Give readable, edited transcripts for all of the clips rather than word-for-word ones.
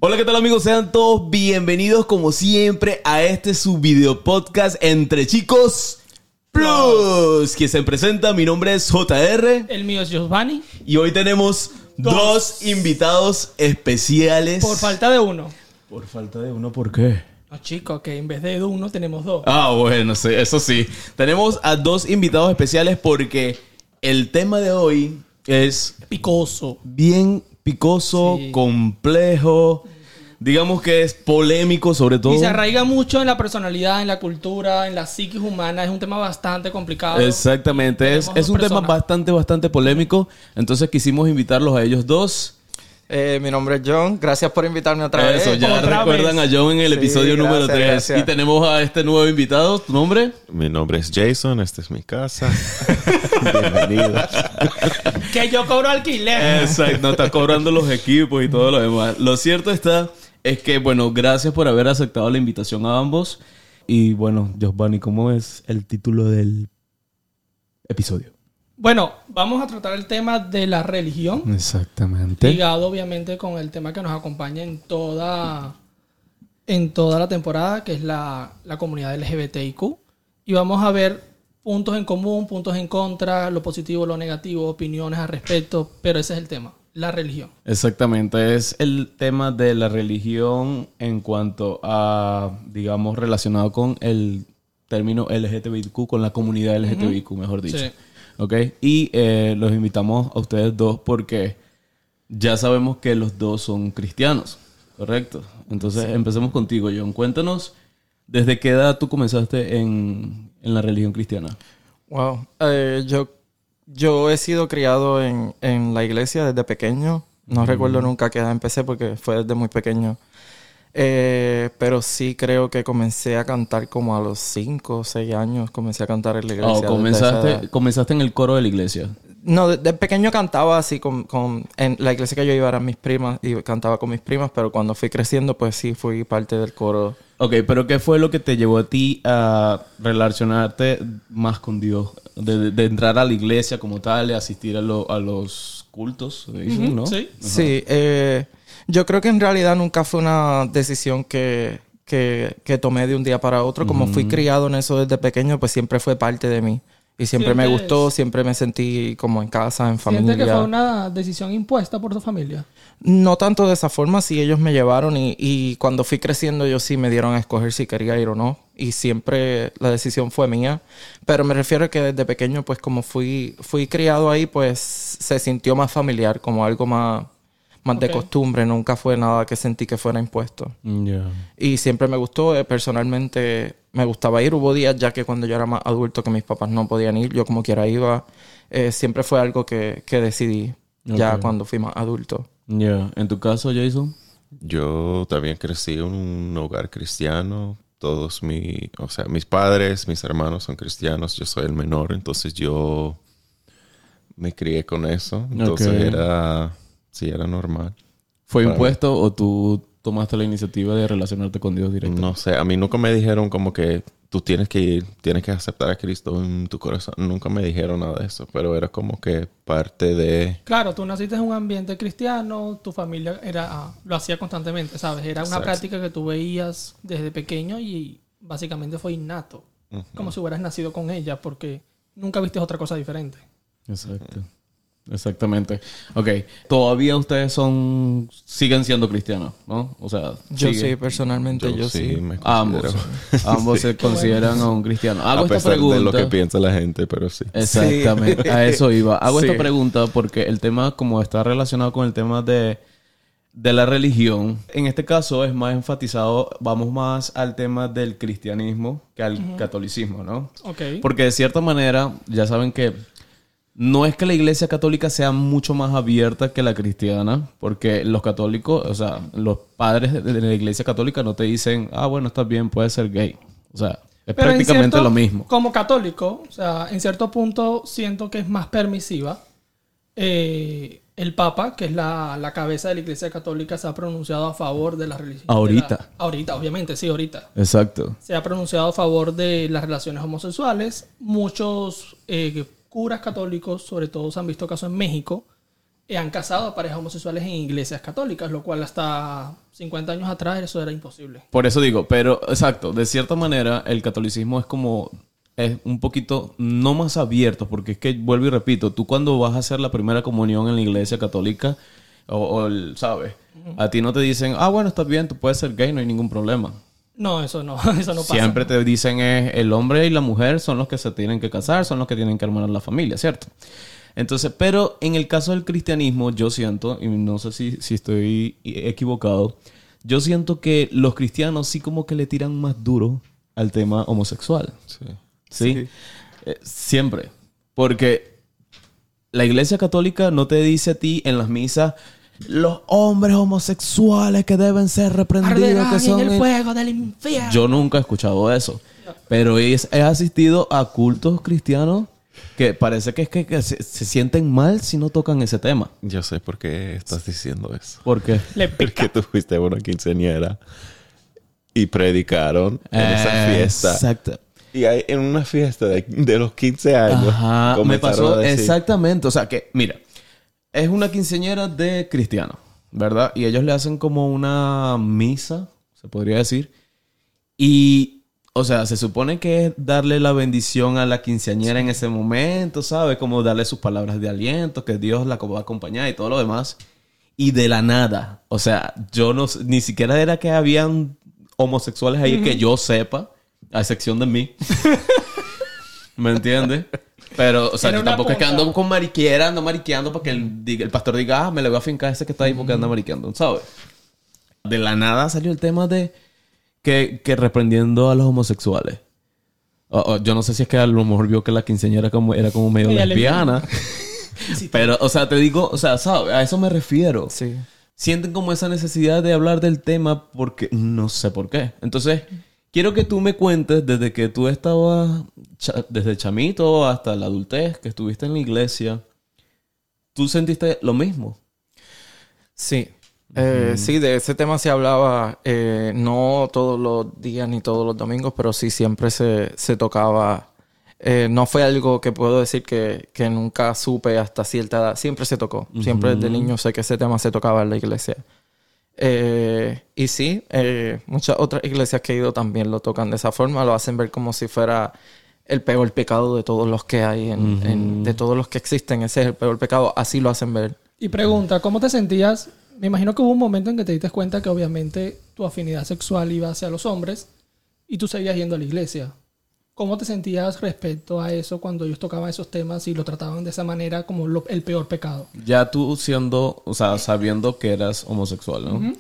Hola, ¿qué tal amigos? Sean todos bienvenidos como siempre a este su video podcast Entre Chicos Plus. Quien se presenta, mi nombre es JR. El mío es Giovanni. Y hoy tenemos dos invitados especiales. Por falta de uno. Por falta de uno, ¿por qué? No, chicos, que en vez de uno tenemos dos. Ah, bueno, sí, eso sí. Tenemos a dos invitados especiales porque el tema de hoy es Picoso. bien picoso, Sí. complejo. Digamos que es polémico sobre todo. Y se arraiga mucho en la personalidad, en la cultura, en la psiquis humana. Es un tema bastante complicado. Exactamente, es Tenemos un dos tema personas. bastante polémico. Entonces quisimos invitarlos a ellos dos. Mi nombre es John. Gracias por invitarme otra vez. Eso, ya otra recuerdan vez. a John en el Sí, episodio número 3. gracias. Y tenemos a este nuevo invitado. ¿Tu nombre? Mi nombre es Jason, esta es mi casa. Bienvenidos. Que yo cobro alquiler. Exacto, no está cobrando los equipos y todo lo demás. Lo cierto es que, bueno, gracias por haber aceptado la invitación a ambos. Y bueno, Giovanni, ¿cómo es el título del episodio? Bueno, vamos a tratar el tema de la religión. Exactamente. Ligado obviamente con el tema que nos acompaña en toda la temporada, que es la comunidad LGBTIQ. Y vamos a ver puntos en común, puntos en contra, lo positivo, lo negativo, opiniones al respecto. Pero ese es el tema, la religión. Exactamente, es el tema de la religión en cuanto a, digamos, relacionado con el término LGBTQ, con la comunidad LGBTQ, mejor dicho. Sí. ¿Ok? Y los invitamos a ustedes dos porque ya sabemos que los dos son cristianos, ¿correcto? Entonces, empecemos contigo, John. Cuéntanos, ¿desde qué edad tú comenzaste en la religión cristiana? Wow. Yo he sido criado en la iglesia desde pequeño. No recuerdo nunca qué edad empecé porque fue desde muy pequeño. Pero sí creo que comencé a cantar como a los 5 o 6 años. Comencé a cantar en la iglesia. Comenzaste en el coro de la iglesia. No, de pequeño cantaba así en la iglesia que yo iba eran mis primas y cantaba con mis primas, pero cuando fui creciendo pues sí fui parte del coro. Ok, pero ¿qué fue lo que te llevó a ti a relacionarte más con Dios? De entrar a la iglesia como tal, de asistir a los cultos, dicen, ¿no? Sí. Ajá. Sí, yo creo que en realidad nunca fue una decisión que tomé de un día para otro. Como fui criado en eso desde pequeño, pues siempre fue parte de mí. Y siempre me gustó, siempre me sentí como en casa, en familia. ¿Sientes que fue una decisión impuesta por tu familia? No tanto de esa forma, sí ellos me llevaron y cuando fui creciendo ellos sí me dieron a escoger si quería ir o no. Y siempre la decisión fue mía. Pero me refiero a que desde pequeño, pues como fui criado ahí, pues se sintió más familiar, como algo más de costumbre. Nunca fue nada que sentí que fuera impuesto. Ya. Y siempre me gustó, personalmente me gustaba ir. Hubo días ya que cuando yo era más adulto que mis papás no podían ir, yo como quiera iba. Siempre fue algo que decidí ya cuando fui más adulto. Ya. ¿En tu caso, Jason? Yo también crecí en un hogar cristiano. Mis padres, mis hermanos son cristianos. Yo soy el menor, entonces yo me crié con eso. Entonces era normal. ¿Fue Para impuesto o tú tomaste la iniciativa de relacionarte con Dios directamente? No sé, a mí nunca me dijeron como que tú tienes que ir, tienes que aceptar a Cristo en tu corazón. Nunca me dijeron nada de eso, pero era como que parte de... Claro, tú naciste en un ambiente cristiano, tu familia lo hacía constantemente, ¿sabes? Era una Exacto. práctica que tú veías desde pequeño y básicamente fue innato. Como si hubieras nacido con ella porque nunca viste otra cosa diferente. Exacto. Exactamente. Ok. Todavía ustedes siguen siendo cristianos, ¿no? O sea, Yo sí, personalmente yo sí. me ambos. considero. Ambos se consideran a un cristiano. Hago A esta pesar pregunta. de lo que piensa la gente, pero sí. Exactamente. Sí. A eso iba. Hago Sí. esta pregunta porque el tema, como está relacionado con el tema de la religión, en este caso es más enfatizado, vamos más al tema del cristianismo que al catolicismo, ¿no? Ok. Porque de cierta manera, ya saben que no es que la iglesia católica sea mucho más abierta que la cristiana, porque los católicos, o sea, los padres de la iglesia católica no te dicen, bueno, estás bien, puedes ser gay. O sea, es Pero prácticamente lo mismo. Como católico, o sea, en cierto punto siento que es más permisiva. El Papa, que es la cabeza de la Iglesia Católica, se ha pronunciado a favor de la religión. Ahorita. Ahorita, obviamente, sí, ahorita. Exacto. Se ha pronunciado a favor de las relaciones homosexuales. Muchos curas católicos, sobre todo se han visto casos en México, han casado a parejas homosexuales en iglesias católicas, lo cual hasta 50 años atrás eso era imposible. Por eso digo, pero exacto, de cierta manera el catolicismo es un poquito no más abierto, porque es que, vuelvo y repito, tú cuando vas a hacer la primera comunión en la iglesia católica, ¿sabes? A ti no te dicen, bueno, está bien, tú puedes ser gay, no hay ningún problema. No, eso no pasa. Siempre te dicen el hombre y la mujer son los que se tienen que casar, son los que tienen que armar la familia, ¿cierto? Entonces, pero en el caso del cristianismo, yo siento, y no sé si estoy equivocado, yo siento que los cristianos sí como que le tiran más duro al tema homosexual. ¿Sí? Siempre. Porque la iglesia católica no te dice a ti en las misas los hombres homosexuales que deben ser reprendidos, arderán que son en el fuego del infierno. Yo nunca he escuchado eso. No. Pero he asistido a cultos cristianos que parece que se sienten mal si no tocan ese tema. Yo sé por qué estás diciendo eso. ¿Por qué? Porque tú fuiste a una quinceañera y predicaron en esa fiesta. Exacto. Y en una fiesta de los 15 años. Ajá, me pasó exactamente. O sea que, mira, es una quinceañera de cristianos, ¿verdad? Y ellos le hacen como una misa, se podría decir. Y, o sea, se supone que es darle la bendición a la quinceañera en ese momento, ¿sabes? Como darle sus palabras de aliento, que Dios la va a acompañar y todo lo demás. Y de la nada, o sea, yo no ni siquiera era que habían homosexuales ahí que yo sepa, a excepción de mí. ¿Me entiendes? Pero, o sea, yo tampoco es que ando mariqueando para que el pastor diga, me le voy a fincar a ese que está ahí porque anda mariqueando, ¿sabes? De la nada salió el tema de que reprendiendo a los homosexuales. Yo no sé si es que a lo mejor vio que la quinceañera era como medio lesbiana. Sí, pero, o sea, te digo, o sea, ¿sabes? A eso me refiero. Sí. Sienten como esa necesidad de hablar del tema porque no sé por qué. Entonces, quiero que tú me cuentes desde que tú estabas, desde chamito hasta la adultez, que estuviste en la iglesia, ¿tú sentiste lo mismo? Sí. Sí, de ese tema se hablaba no todos los días ni todos los domingos, pero sí siempre se tocaba. No fue algo que puedo decir que nunca supe hasta cierta edad. Siempre se tocó. Siempre desde niño sé que ese tema se tocaba en la iglesia. Y sí, muchas otras iglesias que he ido también lo tocan de esa forma. Lo hacen ver como si fuera el peor pecado de todos los que hay, de todos los que existen. Ese es el peor pecado. Así lo hacen ver. Y pregunta, ¿cómo te sentías? Me imagino que hubo un momento en que te diste cuenta que obviamente tu afinidad sexual iba hacia los hombres y tú seguías yendo a la iglesia. ¿Cómo te sentías respecto a eso cuando ellos tocaban esos temas y lo trataban de esa manera como el peor pecado? Ya tú siendo, o sea, sabiendo que eras homosexual, ¿no?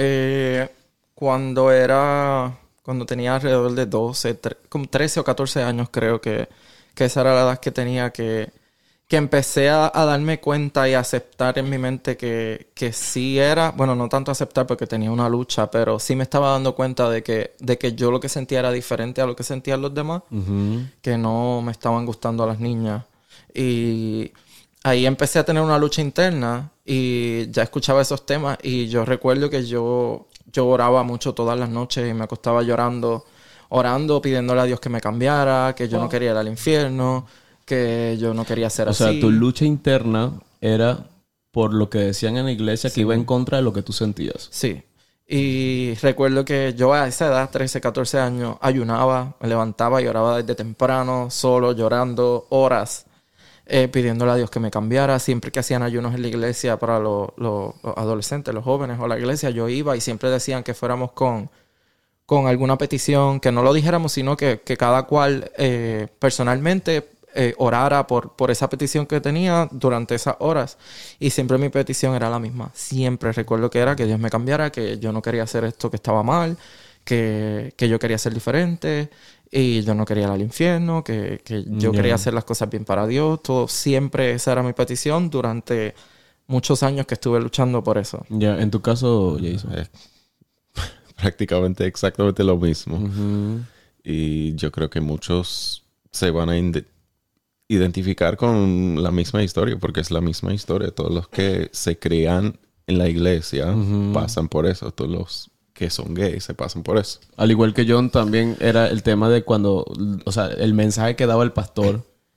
Cuando tenía alrededor de 12, como 13 o 14 años creo que esa era la edad que tenía que empecé a darme cuenta y a aceptar en mi mente que sí era, bueno, no tanto aceptar porque tenía una lucha, pero sí me estaba dando cuenta de que yo lo que sentía era diferente a lo que sentían los demás, que no me estaban gustando a las niñas. Y ahí empecé a tener una lucha interna y ya escuchaba esos temas y yo recuerdo que yo oraba mucho todas las noches y me acostaba orando, pidiéndole a Dios que me cambiara, que yo no quería ir al infierno, que yo no quería ser así. O sea, tu lucha interna era por lo que decían en la iglesia que iba en contra de lo que tú sentías. Sí. Y recuerdo que yo a esa edad, 13, 14 años, ayunaba, me levantaba y oraba desde temprano, solo, llorando, horas, pidiéndole a Dios que me cambiara. Siempre que hacían ayunos en la iglesia para los adolescentes, los jóvenes o la iglesia, yo iba y siempre decían que fuéramos con alguna petición, que no lo dijéramos, sino que cada cual personalmente orara por esa petición que tenía durante esas horas. Y siempre mi petición era la misma. Siempre recuerdo que era que Dios me cambiara, que yo no quería hacer esto que estaba mal, que yo quería ser diferente y yo no quería ir al infierno, que yo quería hacer las cosas bien para Dios. Todo, siempre esa era mi petición durante muchos años que estuve luchando por eso. Ya, en tu caso, Jason. Prácticamente exactamente lo mismo. Y yo creo que muchos se van a identificar con la misma historia, porque es la misma historia. Todos los que se crían en la iglesia pasan por eso. Todos los que son gays se pasan por eso. Al igual que John, también era el tema de cuando, o sea, el mensaje que daba el pastor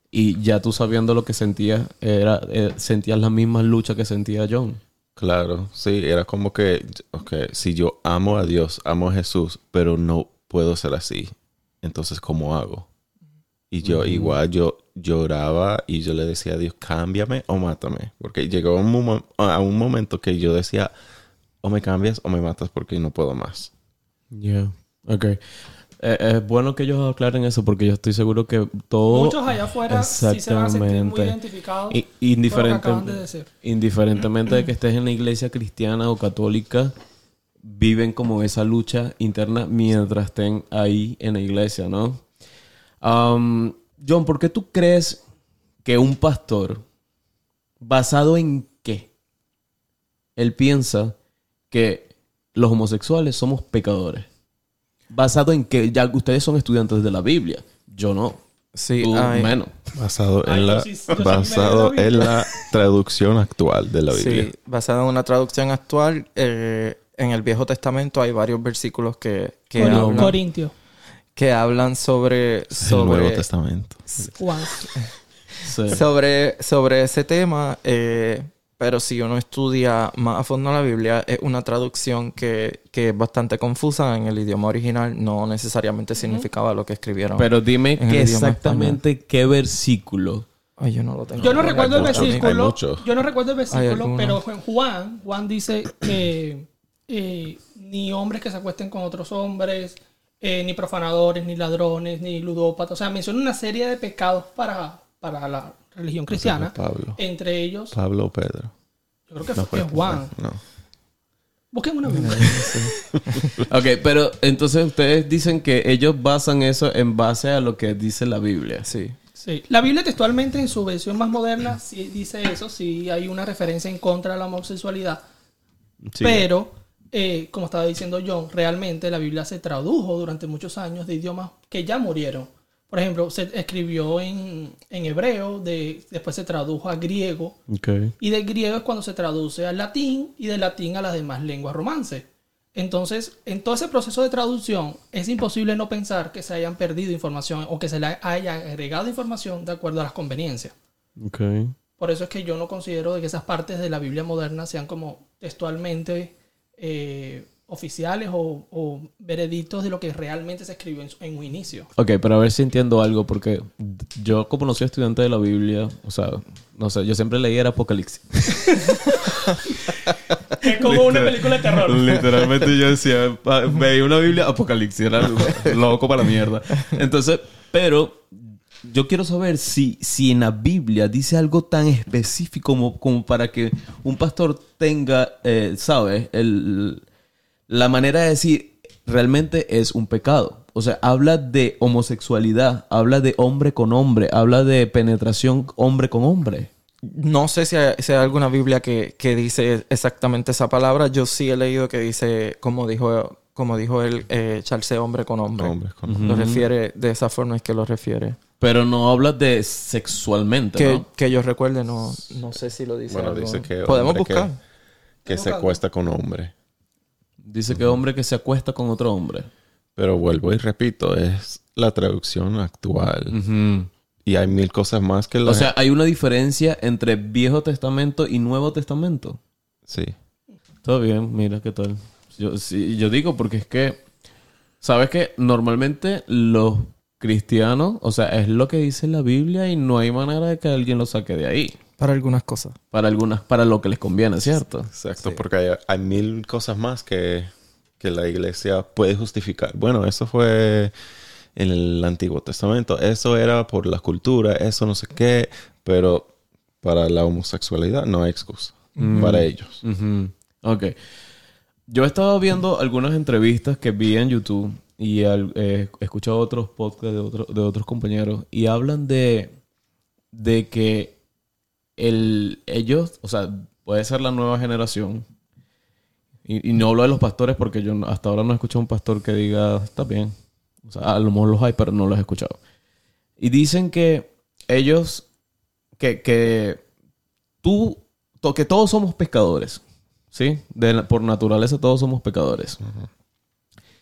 Y ya tú sabiendo lo que sentías, sentías las mismas luchas que sentía John. Claro, sí, era como que, si yo amo a Dios, amo a Jesús, pero no puedo ser así, entonces ¿cómo hago? Y yo igual, yo lloraba y yo le decía a Dios, cámbiame o mátame. Porque llegó a un momento que yo decía, o me cambias o me matas porque no puedo más. Yeah, ok. Es bueno que ellos aclaren eso porque yo estoy seguro que todo... Muchos allá afuera sí se van a sentir muy identificados con lo que acaban de decir. Indiferentemente de que estés en la iglesia cristiana o católica, viven como esa lucha interna mientras estén ahí en la iglesia, ¿no? John, ¿por qué tú crees que un pastor, basado en qué, él piensa que los homosexuales somos pecadores? ¿Basado en que ya ustedes son estudiantes de la Biblia? Yo no. Sí, Tú menos. Basado yo sí me en la traducción actual de la Biblia. Sí, basado en una traducción actual, en el Viejo Testamento hay varios versículos que Corintios. que hablan sobre El Nuevo Testamento. Juan. Sí. sobre ese tema, pero si uno estudia más a fondo la Biblia, es una traducción que es bastante confusa en el idioma original, no necesariamente significaba lo que escribieron. Pero dime en el que idioma exactamente qué versículo. Ay, yo no lo tengo. Yo no recuerdo el Hay mucho, versículo. hay mucho. Yo no recuerdo el versículo, algunos. pero en Juan dice que ni hombres que se acuesten con otros hombres, ni profanadores, ni ladrones, ni ludópatas. O sea, menciona una serie de pecados para la religión cristiana. Pablo. Entre ellos, Pablo o Pedro. yo creo que No fue Juan. No. Busquen una Biblia. Ok, pero entonces ustedes dicen que ellos basan eso en base a lo que dice la Biblia. Sí. Sí. La Biblia textualmente en su versión más moderna sí dice eso, sí hay una referencia en contra de la homosexualidad. Sí. Pero, como estaba diciendo John, realmente la Biblia se tradujo durante muchos años de idiomas que ya murieron. Por ejemplo, se escribió en hebreo, después se tradujo a griego, Okay. y de griego es cuando se traduce al latín, y del latín a las demás lenguas romances. Entonces, en todo ese proceso de traducción, es imposible no pensar que se hayan perdido información o que se le haya agregado información de acuerdo a las conveniencias. Okay. Por eso es que yo no considero de que esas partes de la Biblia moderna sean como textualmente oficiales o veredictos de lo que realmente se escribió en un inicio. Ok, pero a ver si entiendo algo, porque yo como no soy estudiante de la Biblia, o sea, no sé, yo siempre leía el Apocalipsis. Es como una película de terror. Literalmente yo decía, veía una Biblia, Apocalipsis, era loco para la mierda. Entonces, pero yo quiero saber si en la Biblia dice algo tan específico como para que un pastor tenga, ¿sabes? La manera de decir, realmente es un pecado. O sea, habla de homosexualidad, habla de hombre con hombre, habla de penetración hombre con hombre. No sé si hay alguna Biblia que dice exactamente esa palabra. Yo sí he leído que dice, como dijo él, echarse hombre con hombre. Hombres con Lo refiere de esa forma, es que lo refiere. Pero no habla de sexualmente, ¿no? Que yo recuerde, no sé si lo dice. Bueno, algo. dice que podemos hombre buscar. que se acuesta con hombre. Dice que hombre que se acuesta con otro hombre. Pero vuelvo y repito, es la traducción actual. Y hay mil cosas más que la... O sea, hay una diferencia entre Viejo Testamento y Nuevo Testamento. Sí. Todo bien, mira qué tal. Yo digo porque es que, ¿sabes qué? Normalmente los cristianos, o sea, es lo que dice la Biblia y no hay manera de que alguien lo saque de ahí. Para algunas cosas. Para lo que les conviene, ¿cierto? Exacto, porque hay mil cosas más que la iglesia puede justificar. Bueno, eso fue en el Antiguo Testamento. Eso era por la cultura, eso no sé qué. Pero para la homosexualidad no hay excusa. Para ellos. Ok. Yo he estado viendo algunas entrevistas que vi en YouTube y he escuchado otros podcasts de otros compañeros y hablan de que ellos, o sea, puede ser la nueva generación. Y no hablo de los pastores porque yo hasta ahora no he escuchado un pastor que diga, está bien. O sea, a lo mejor los hay, pero no los he escuchado. Y dicen que ellos, que todos somos pecadores. ¿Sí? Por naturaleza todos somos pecadores.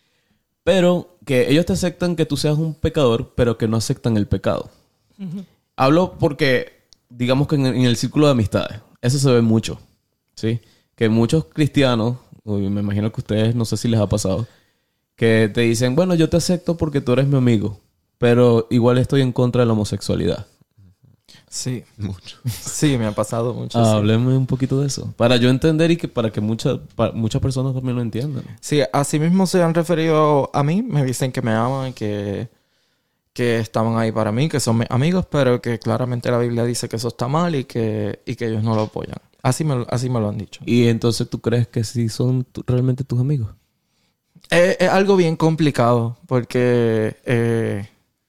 Pero que ellos te aceptan que tú seas un pecador, pero que no aceptan el pecado. Hablo porque, digamos que en el círculo de amistades, eso se ve mucho, ¿sí? Que muchos cristianos, me imagino que a ustedes, no sé si les ha pasado, que te dicen, bueno, yo te acepto porque tú eres mi amigo, pero igual estoy en contra de la homosexualidad. Sí. Mucho. Sí, me ha pasado mucho. Sí. Hábleme un poquito de eso. Para yo entender y que para que muchas personas también lo entiendan. Sí, así mismo se han referido a mí. Me dicen que me aman, que estaban ahí para mí, que son mis amigos, pero que claramente la Biblia dice que eso está mal y que ellos no lo apoyan. Así me lo han dicho. Y entonces, ¿tú crees que sí son realmente tus amigos? Es algo bien complicado porque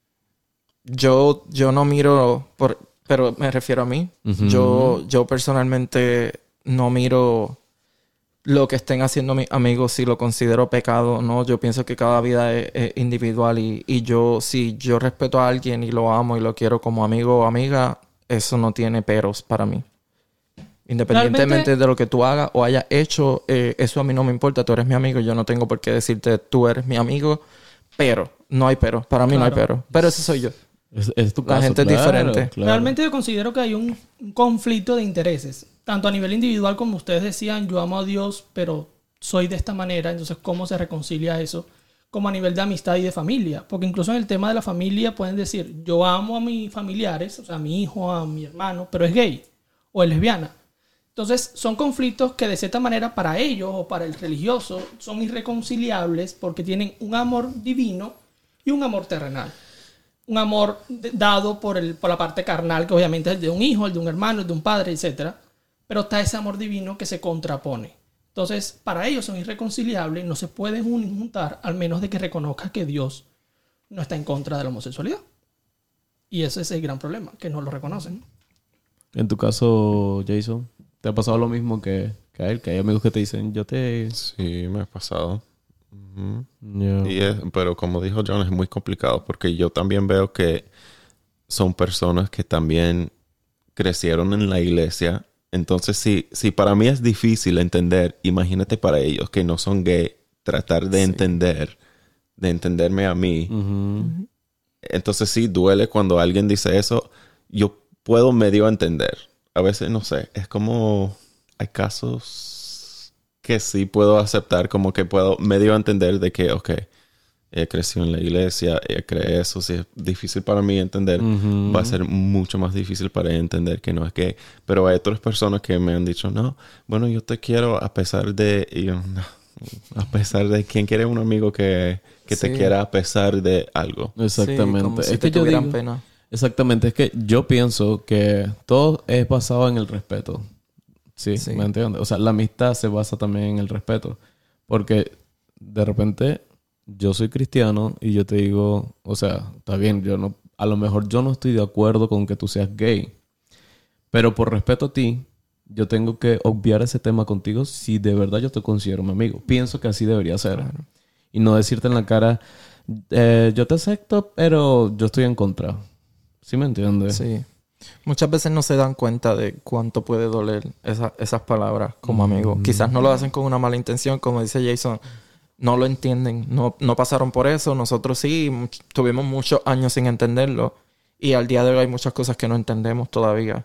yo no miro pero me refiero a mí. Ujú. Yo personalmente no miro lo que estén haciendo mis amigos si lo considero pecado o no. Yo pienso que cada vida es individual y si yo respeto a alguien y lo amo y lo quiero como amigo o amiga, eso no tiene peros para mí. Independientemente Realmente- de lo que tú hagas o hayas hecho, eso a mí no me importa. Tú eres mi amigo. Yo no tengo por qué decirte tú eres mi amigo. Pero, no hay pero. Para mí no hay Claro. pero. Pero ese soy yo. Es tu La caso, gente es diferente. claro. Realmente yo considero que hay un conflicto de intereses. Tanto a nivel individual como ustedes decían, yo amo a Dios, pero soy de esta manera. Entonces, ¿cómo se reconcilia eso? Como a nivel de amistad y de familia. Porque incluso en el tema de la familia pueden decir, yo amo a mis familiares, o sea, a mi hijo, a mi hermano, pero es gay o es lesbiana. Entonces, son conflictos que de cierta manera para ellos o para el religioso son irreconciliables porque tienen un amor divino y un amor terrenal. Un amor dado por la parte carnal, que obviamente es el de un hijo, el de un hermano, el de un padre, etc. Pero está ese amor divino que se contrapone. Entonces, para ellos son irreconciliables, no se pueden juntar, al menos de que reconozca que Dios no está en contra de la homosexualidad. Y ese es el gran problema, que no lo reconocen. En tu caso, Jason, ¿te ha pasado lo mismo que a él? Que hay amigos que te dicen, yo te... Sí, me ha pasado. Ujú. Yo- Pero como dijo John, es muy complicado porque yo también veo que son personas que también crecieron en la iglesia. Entonces, si para mí es difícil entender, imagínate para ellos que no son gay, tratar de entenderme a mí. Ujú. Entonces sí duele cuando alguien dice eso. Yo puedo medio entender. A veces, no sé, es como... Hay casos que sí puedo aceptar, como que puedo medio entender de que, ok, ella creció en la iglesia, ella cree eso. Si es difícil para mí entender, Ujú. va a ser mucho más difícil para ella entender que no es gay. Pero hay otras personas que me han dicho, no, bueno, yo te quiero a pesar de... Y yo, no, a pesar de... ¿Quién quiere un amigo que te Sí. quiera a pesar de algo? Exactamente. Sí, como si es te que yo tuvieran digo... pena. Exactamente. Es que yo pienso que todo es basado en el respeto. Sí, Sí. ¿me entiendes? O sea, la amistad se basa también en el respeto. Porque de repente yo soy cristiano y yo te digo, o sea, está bien, a lo mejor yo no estoy de acuerdo con que tú seas gay. Pero por respeto a ti, yo tengo que obviar ese tema contigo si de verdad yo te considero mi amigo. Pienso que así debería ser. Y no decirte en la cara, yo te acepto, pero yo estoy en contra. ¿Sí me entiendes? Sí. Muchas veces no se dan cuenta de cuánto puede doler esas palabras como amigo. Quizás no lo hacen con una mala intención, como dice Jason. No lo entienden. No pasaron por eso. Nosotros sí. Tuvimos muchos años sin entenderlo. Y al día de hoy hay muchas cosas que no entendemos todavía.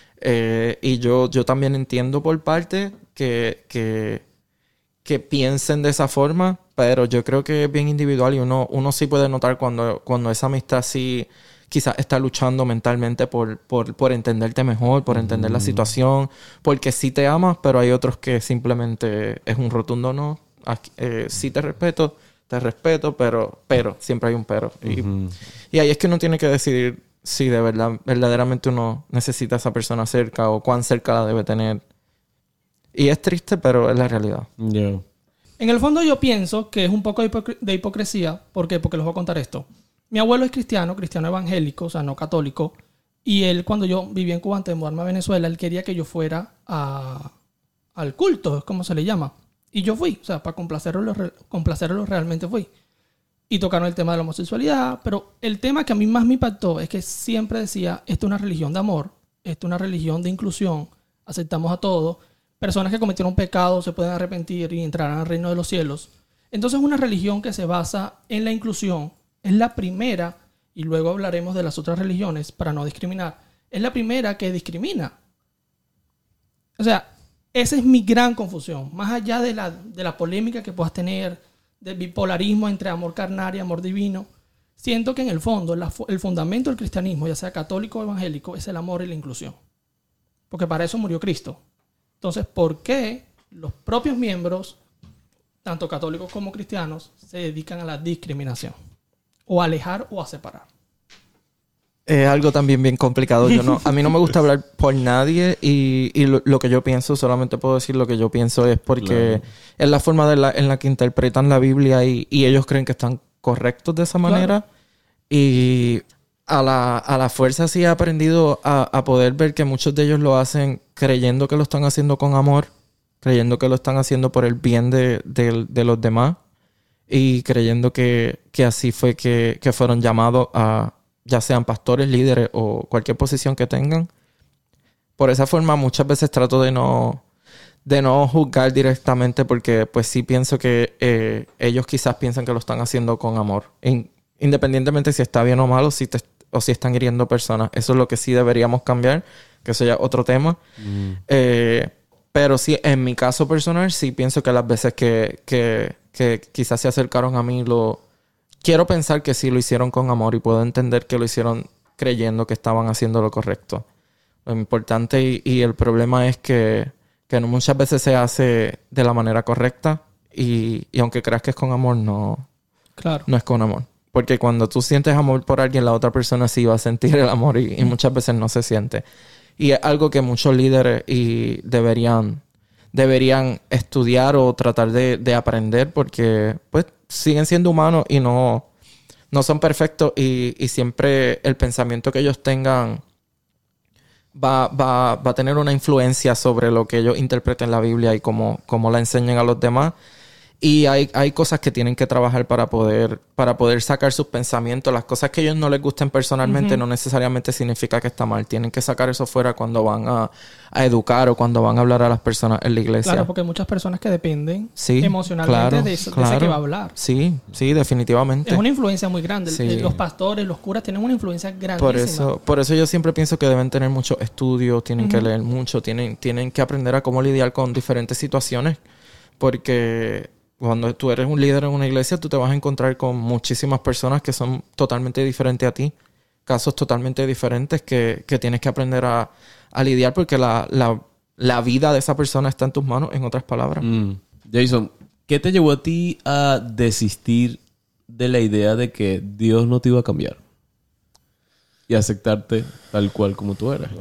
Y yo también entiendo por parte que piensen de esa forma. Pero yo creo que es bien individual. Y uno sí puede notar cuando esa amistad sí... quizás está luchando mentalmente por entenderte mejor, por entender la situación, porque sí te amas, pero hay otros que simplemente es un rotundo no. Sí te respeto, pero siempre hay un pero. Y ahí es que uno tiene que decidir si de verdad, verdaderamente uno necesita a esa persona cerca o cuán cerca la debe tener. Y es triste, pero es la realidad. Yeah. En el fondo yo pienso que es un poco de hipocresía. ¿Por qué? Porque les voy a contar esto. Mi abuelo es cristiano evangélico, o sea, no católico. Y él, cuando yo vivía en Cuba antes de mudarme a Venezuela, él quería que yo fuera al culto, es como se le llama. Y yo fui, o sea, para complacerlo realmente fui. Y tocaron el tema de la homosexualidad, pero el tema que a mí más me impactó es que siempre decía, esto es una religión de amor, esto es una religión de inclusión, aceptamos a todos, personas que cometieron pecados se pueden arrepentir y entrarán al reino de los cielos. Entonces es una religión que se basa en la inclusión, es la primera y luego hablaremos de las otras religiones para no discriminar, es la primera que discrimina. O sea, esa es mi gran confusión. Más allá de la polémica que puedas tener, del bipolarismo entre amor carnal y amor divino, siento que en el fondo, el fundamento del cristianismo, ya sea católico o evangélico, es el amor y la inclusión. Porque para eso murió Cristo. Entonces, ¿por qué los propios miembros, tanto católicos como cristianos, se dedican a la discriminación? O a alejar o a separar. Es algo también bien complicado. A mí no me gusta hablar por nadie y lo que yo pienso, solamente puedo decir lo que yo pienso, es porque es la forma en la que interpretan la Biblia y ellos creen que están correctos de esa manera. Y a la fuerza sí he aprendido a poder ver que muchos de ellos lo hacen creyendo que lo están haciendo con amor, creyendo que lo están haciendo por el bien de los demás y creyendo que así fue que fueron llamados a, ya sean pastores, líderes o cualquier posición que tengan. Por esa forma muchas veces trato de no juzgar directamente, porque pues sí pienso que ellos quizás piensan que lo están haciendo con amor. Independientemente si está bien o mal o si están hiriendo personas. Eso es lo que sí deberíamos cambiar, que eso ya es otro tema. Pero sí, en mi caso personal, sí pienso que las veces que quizás se acercaron a mí, quiero pensar que sí lo hicieron con amor y puedo entender que lo hicieron creyendo que estaban haciendo lo correcto. Lo importante y el problema es que no muchas veces se hace de la manera correcta y aunque creas que es con amor, no es con amor. Porque cuando tú sientes amor por alguien, la otra persona sí va a sentir el amor y muchas veces no se siente. Y es algo que muchos líderes deberían estudiar o tratar de aprender, porque pues siguen siendo humanos y no son perfectos y siempre el pensamiento que ellos tengan va a tener una influencia sobre lo que ellos interpreten la Biblia y cómo la enseñen a los demás. Y hay cosas que tienen que trabajar para poder sacar sus pensamientos. Las cosas que a ellos no les gusten personalmente no necesariamente significa que está mal. Tienen que sacar eso fuera cuando van a educar o cuando van a hablar a las personas en la iglesia. Claro, porque hay muchas personas que dependen emocionalmente de ese que va a hablar. Sí, definitivamente. Es una influencia muy grande. Sí. Los pastores, los curas tienen una influencia grandísima. Por eso yo siempre pienso que deben tener muchos estudios, tienen que leer mucho, tienen que aprender a cómo lidiar con diferentes situaciones. Porque cuando tú eres un líder en una iglesia, tú te vas a encontrar con muchísimas personas que son totalmente diferentes a ti. Casos totalmente diferentes que tienes que aprender a lidiar, porque la vida de esa persona está en tus manos, en otras palabras. Jason, ¿qué te llevó a ti a desistir de la idea de que Dios no te iba a cambiar? Y aceptarte tal cual como tú eres.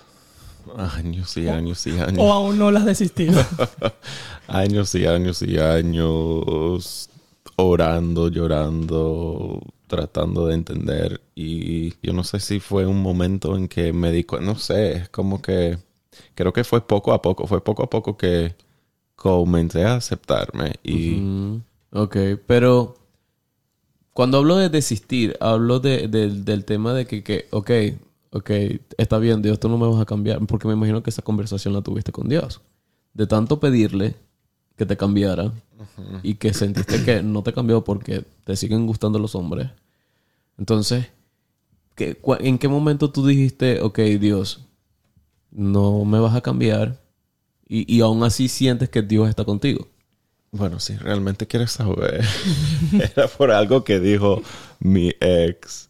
Años y años y años. ¿O aún no las has desistido? Años y años y años orando, llorando, tratando de entender. Y yo no sé si fue un momento en que me di cuenta, no sé, es como que creo que fue poco a poco que comencé a aceptarme. Y Ok, pero cuando hablo de desistir, hablo del tema de que ok, está bien, Dios, tú no me vas a cambiar. Porque me imagino que esa conversación la tuviste con Dios. De tanto pedirle que te cambiara y que sentiste que no te cambió porque te siguen gustando los hombres. Entonces, ¿en qué momento tú dijiste, ok, Dios, no me vas a cambiar y aún así sientes que Dios está contigo? Bueno, si realmente quieres saber, era por algo que dijo mi ex,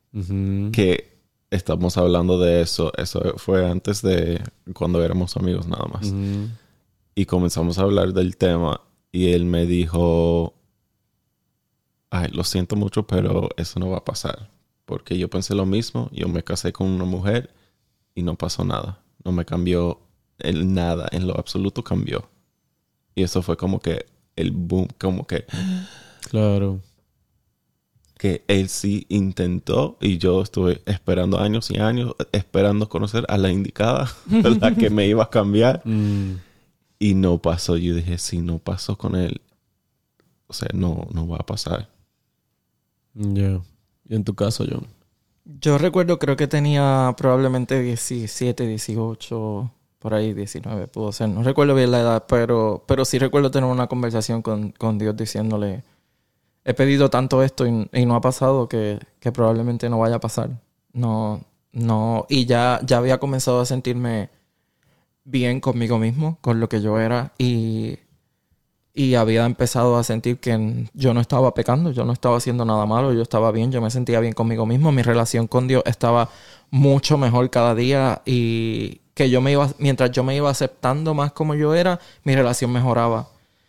que estamos hablando de eso. Eso fue antes de cuando éramos amigos nada más. Y comenzamos a hablar del tema y él me dijo, ay, lo siento mucho, pero eso no va a pasar. Porque yo pensé lo mismo. Yo me casé con una mujer y no pasó nada. No me cambió nada. En lo absoluto cambió. Y eso fue como que el boom, como que... Claro. Que él sí intentó y yo estuve esperando años y años, esperando conocer a la indicada, a la que me iba a cambiar. Y no pasó. Yo dije, si no pasó con él, o sea, no va a pasar. Ya. ¿Y en tu caso, John? Yo recuerdo, creo que tenía probablemente 17, 18, por ahí 19 pudo ser. No recuerdo bien la edad, pero sí recuerdo tener una conversación con Dios diciéndole, he pedido tanto esto y no ha pasado que probablemente no vaya a pasar. No, y ya había comenzado a sentirme bien conmigo mismo, con lo que yo era, y había empezado a sentir que yo no estaba pecando, yo no estaba haciendo nada malo, yo estaba bien, yo me sentía bien conmigo mismo, mi relación con Dios estaba mucho mejor cada día, y que mientras yo me iba aceptando más como yo era, mi relación mejoraba.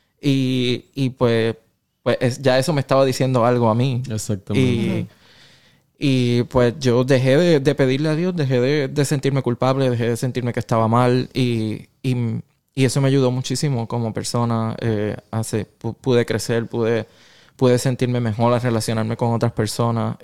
Y pues ya eso me estaba diciendo algo a mí. Exactamente. Y pues yo dejé de pedirle a Dios, dejé de sentirme culpable, dejé de sentirme que estaba mal, y eso me ayudó muchísimo como persona. Pude crecer, pude sentirme mejor al relacionarme con otras personas,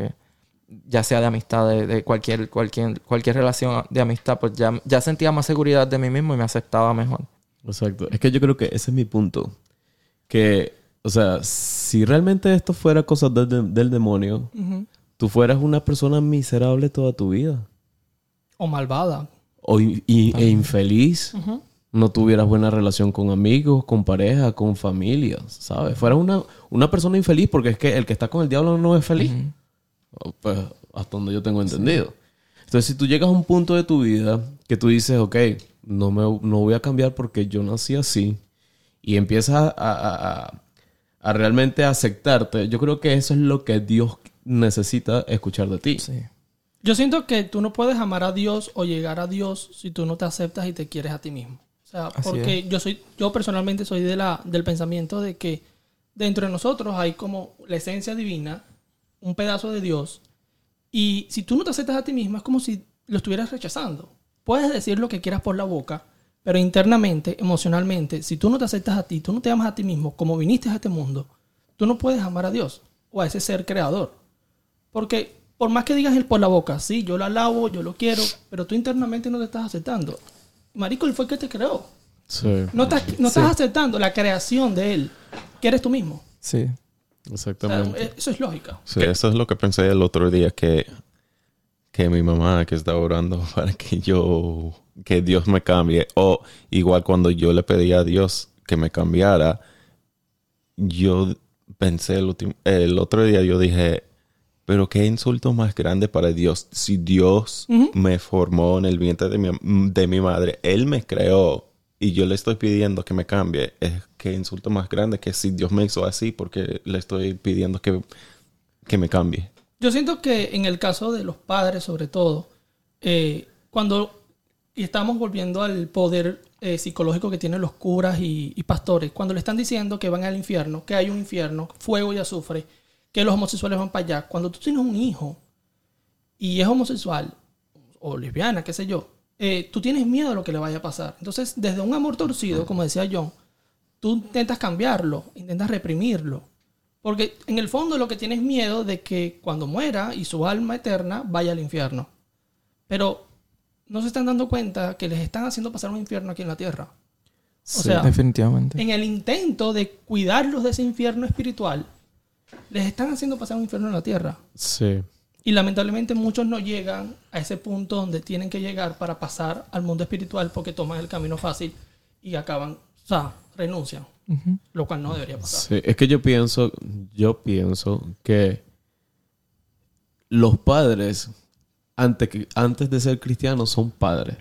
ya sea de amistad, de cualquier relación de amistad, pues ya sentía más seguridad de mí mismo y me aceptaba mejor. Exacto. Es que yo creo que ese es mi punto. Que, o sea, si realmente esto fuera cosas del demonio, tú fueras una persona miserable toda tu vida. O malvada. E infeliz. No tuvieras buena relación con amigos, con pareja, con familia, ¿sabes? Fueras una persona infeliz, porque es que el que está con el diablo no es feliz. Pues hasta donde yo tengo entendido. Sí. Entonces, si tú llegas a un punto de tu vida que tú dices, ok, no voy a cambiar porque yo nací así, y empiezas a realmente aceptarte, yo creo que eso es lo que Dios necesita escuchar de ti. Sí. Yo siento que tú no puedes amar a Dios o llegar a Dios si tú no te aceptas y te quieres a ti mismo. O sea, porque yo personalmente soy del pensamiento de que dentro de nosotros hay como la esencia divina, un pedazo de Dios, y si tú no te aceptas a ti mismo es como si lo estuvieras rechazando. Puedes decir lo que quieras por la boca, pero internamente, emocionalmente, si tú no te aceptas a ti, tú no te amas a ti mismo como viniste a este mundo, tú no puedes amar a Dios o a ese ser creador. Porque por más que digas él por la boca, sí, yo lo alabo, yo lo quiero, pero tú internamente no te estás aceptando. Marico, él fue el que te creó. Sí. No estás aceptando la creación de él, que eres tú mismo. Sí. Exactamente. O sea, eso es lógica. Sí, eso es lo que pensé el otro día, que mi mamá que estaba orando para que Dios me cambie, o igual cuando yo le pedí a Dios que me cambiara, yo pensé el otro día, yo dije, pero qué insulto más grande para Dios. Si Dios me formó en el vientre de mi madre, Él me creó y yo le estoy pidiendo que me cambie, qué insulto más grande que si Dios me hizo así porque le estoy pidiendo que me cambie. Yo siento que en el caso de los padres, sobre todo, cuando estamos volviendo al poder psicológico que tienen los curas y pastores, cuando le están diciendo que van al infierno, que hay un infierno, fuego y azufre, que los homosexuales van para allá. Cuando tú tienes un hijo y es homosexual o lesbiana, qué sé yo, tú tienes miedo de lo que le vaya a pasar. Entonces, desde un amor torcido, como decía John, tú intentas cambiarlo, intentas reprimirlo. Porque en el fondo lo que tienes miedo de que cuando muera y su alma eterna vaya al infierno. Pero no se están dando cuenta que les están haciendo pasar un infierno aquí en la tierra. O sea, definitivamente. En el intento de cuidarlos de ese infierno espiritual, les están haciendo pasar un infierno en la tierra. Sí. Y lamentablemente muchos no llegan a ese punto donde tienen que llegar para pasar al mundo espiritual porque toman el camino fácil y acaban, o sea, renuncian. Lo cual no debería pasar. Sí, es que yo pienso que los padres, antes de ser cristianos, son padres.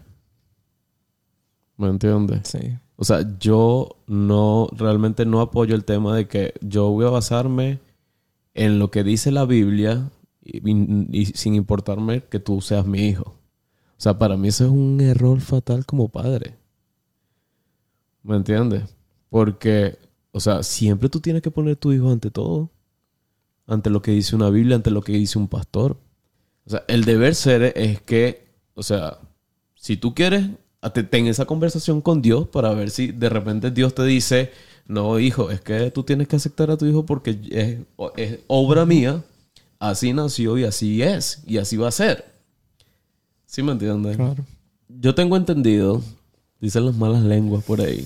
¿Me entiendes? Sí. O sea, yo realmente no apoyo el tema de que yo voy a basarme en lo que dice la Biblia y sin importarme que tú seas mi hijo. O sea, para mí eso es un error fatal como padre. ¿Me entiendes? Porque, o sea, siempre tú tienes que poner a tu hijo ante todo. Ante lo que dice una Biblia, ante lo que dice un pastor. O sea, el deber ser es que, o sea, si tú quieres, ten esa conversación con Dios para ver si de repente Dios te dice, no, hijo, es que tú tienes que aceptar a tu hijo porque es obra mía, así nació y así es, y así va a ser. ¿Sí me entiendes? Claro. Yo tengo entendido, dicen las malas lenguas por ahí,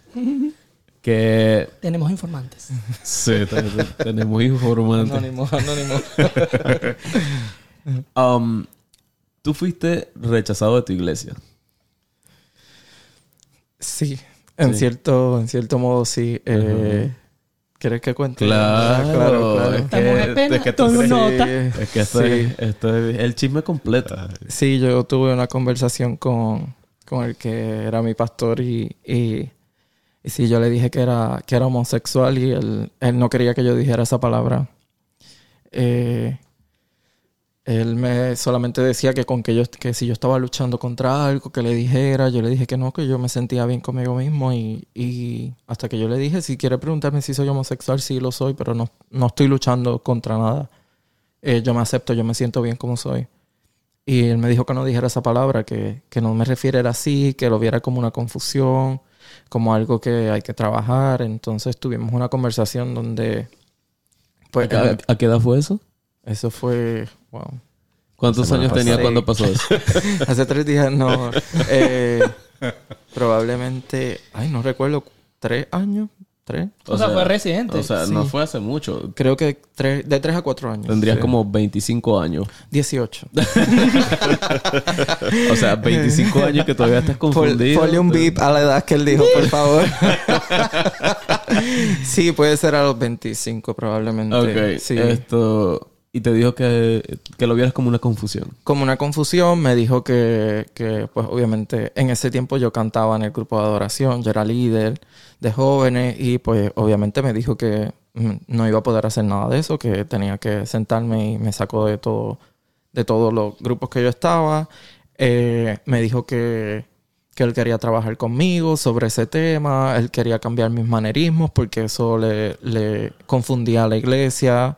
que... Tenemos informantes. Sí, tenemos informantes. Anónimo. Tú fuiste rechazado de tu iglesia. Sí, en cierto modo sí. ¿Quieres que cuente? Claro, claro. Estamos apenas es que tomo sí, nota. es que esto es el chisme completo. Sí, yo tuve una conversación con el que era mi pastor y sí, yo le dije que era homosexual y él no quería que yo dijera esa palabra. Él me solamente decía que que si yo estaba luchando contra algo, que le dijera. Yo le dije que no, que yo me sentía bien conmigo mismo y hasta que yo le dije, si quiere preguntarme si soy homosexual, sí lo soy, pero no estoy luchando contra nada. Yo me acepto, yo me siento bien como soy. Y él me dijo que no dijera esa palabra, que no me refiriera así, que lo viera como una confusión, como algo que hay que trabajar. Entonces tuvimos una conversación donde... Pues, ¿A qué edad fue eso? eso fue... Wow. ¿Cuántos años tenía cuando pasó eso? Hace 3 días, no. Probablemente... Ay, no recuerdo. 3 años. 3. O sea, fue reciente. O sea, Sí. no fue hace mucho. Creo que de 3 a 4 años. Tendrías Sí. como 25 años. 18. O sea, 25 años que todavía estás confundido. Ponle un beep a la edad que él dijo, por favor. Sí, puede ser a los 25 probablemente. Ok, Sí. Y te dijo que lo vieras como una confusión. Como una confusión, me dijo que pues obviamente en ese tiempo yo cantaba en el grupo de adoración, yo era líder de jóvenes y pues obviamente me dijo que no iba a poder hacer nada de eso, que tenía que sentarme y me sacó de todos los grupos que yo estaba. Me dijo que él quería trabajar conmigo sobre ese tema, él quería cambiar mis manerismos porque eso le confundía a la iglesia.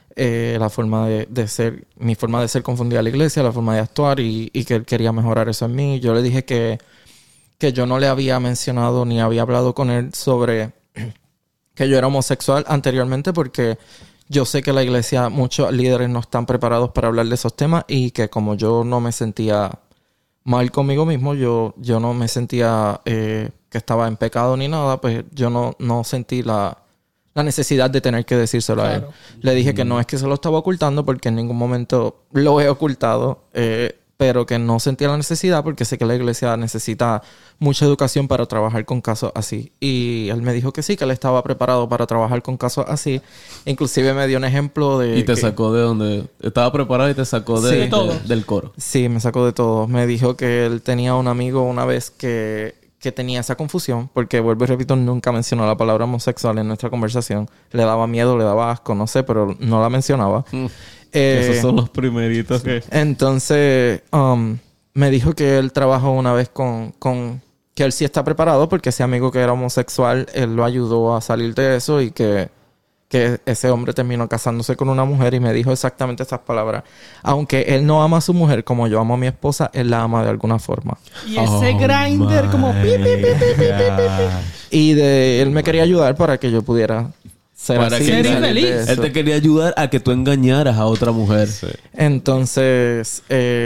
La forma de ser, mi forma de ser confundía a la iglesia, la forma de actuar y que él quería mejorar eso en mí. Yo le dije que yo no le había mencionado ni había hablado con él sobre que yo era homosexual anteriormente porque yo sé que la iglesia, muchos líderes no están preparados para hablar de esos temas y que como yo no me sentía mal conmigo mismo, yo no me sentía que estaba en pecado ni nada, pues yo no sentí la necesidad de tener que decírselo a él. Claro. Le dije que no es que se lo estaba ocultando porque en ningún momento lo he ocultado, pero que no sentía la necesidad porque sé que la iglesia necesita mucha educación para trabajar con casos así. Y él me dijo que sí, que él estaba preparado para trabajar con casos así. Inclusive me dio un ejemplo de... Y te sacó de donde... Estaba preparado y te sacó Sí. De todo. del coro. Sí, me sacó de todo. Me dijo que él tenía un amigo una vez que tenía esa confusión, porque vuelvo y repito, nunca mencionó la palabra homosexual en nuestra conversación. Le daba miedo, le daba asco, no sé, pero no la mencionaba. Esos son los primeritos que... Entonces, me dijo que él trabajó una vez con que él sí está preparado porque ese amigo que era homosexual, él lo ayudó a salir de eso y que ese hombre terminó casándose con una mujer y me dijo exactamente esas palabras. Aunque él no ama a su mujer como yo amo a mi esposa, él la ama de alguna forma. Y ese grinder como pi, pi, pi, pi, pi, pi, pi. Y él me quería ayudar para que yo pudiera ser Para así. que Ser salir de infeliz. eso. Él te quería ayudar a que tú engañaras a otra mujer. Entonces,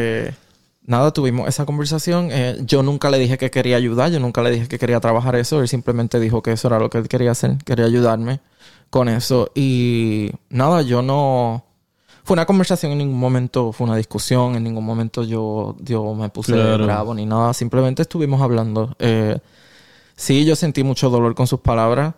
nada, tuvimos esa conversación. Yo nunca le dije que quería ayudar, yo nunca le dije que quería trabajar eso. Él simplemente dijo que eso era lo que él quería hacer, quería ayudarme con eso. Y nada, yo no... Fue una conversación, en ningún momento fue una discusión, en ningún momento yo me puse Claro. bravo ni nada. Simplemente estuvimos hablando. Sí, yo sentí mucho dolor con sus palabras,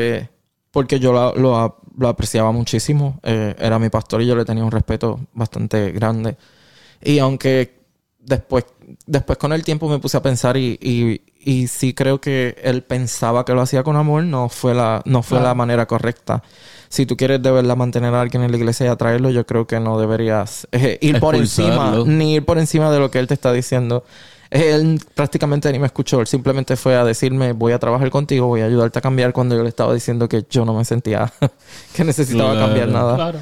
porque yo lo apreciaba muchísimo. Era mi pastor y yo le tenía un respeto bastante grande. Y aunque después con el tiempo me puse a pensar y sí creo que él pensaba que lo hacía con amor, no fue la manera correcta. Si tú quieres de verdad mantener a alguien en la iglesia y atraerlo, yo creo que no deberías ir por encima, Expulsarlo. ni ir por encima de lo que él te está diciendo. Él prácticamente ni me escuchó. Él simplemente fue a decirme, voy a trabajar contigo, voy a ayudarte a cambiar, cuando yo le estaba diciendo que yo no me sentía que necesitaba Claro. cambiar nada. Claro.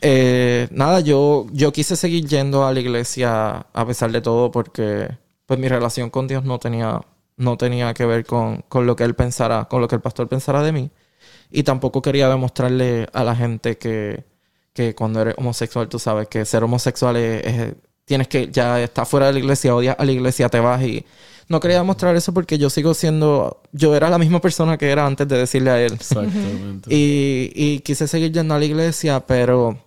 Nada, yo quise seguir yendo a la iglesia a pesar de todo porque pues mi relación con Dios no tenía que ver con lo que él pensara, con lo que el pastor pensara de mí. Y tampoco quería demostrarle a la gente que cuando eres homosexual, tú sabes que ser homosexual tienes que ya estar fuera de la iglesia, odias a la iglesia, te vas. Y no quería demostrar eso porque yo era la misma persona que era antes de decirle a él. Exactamente. Y quise seguir yendo a la iglesia, pero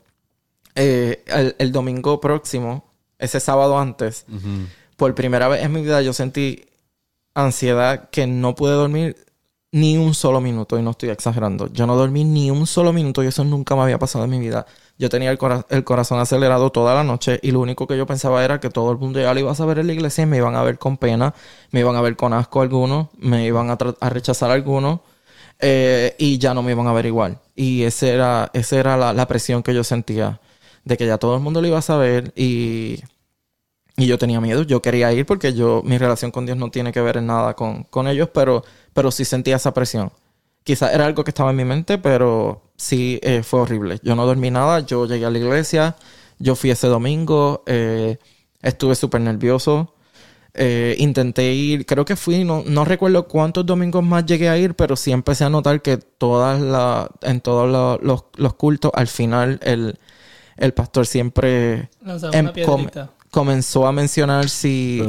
el domingo próximo, ese sábado antes, por primera vez en mi vida yo sentí ansiedad que no pude dormir ni un solo minuto, y no estoy exagerando. Yo no dormí ni un solo minuto y eso nunca me había pasado en mi vida. Yo tenía el corazón acelerado toda la noche y lo único que yo pensaba era que todo el mundo ya lo iba a saber en la iglesia y me iban a ver con pena, me iban a ver con asco algunos, me iban a rechazar algunos y ya no me iban a ver igual. Y esa era la presión que yo sentía de que ya todo el mundo lo iba a saber y yo tenía miedo. Yo quería ir porque mi relación con Dios no tiene que ver en nada con ellos, pero sí sentía esa presión. Quizás era algo que estaba en mi mente, pero sí fue horrible. Yo no dormí nada. Yo llegué a la iglesia. Yo fui ese domingo. Estuve súper nervioso. Intenté ir. Creo que fui. No recuerdo cuántos domingos más llegué a ir, pero sí empecé a notar que en todos los cultos, al final, el pastor siempre Lanzaba una piedrita. comenzó a mencionar si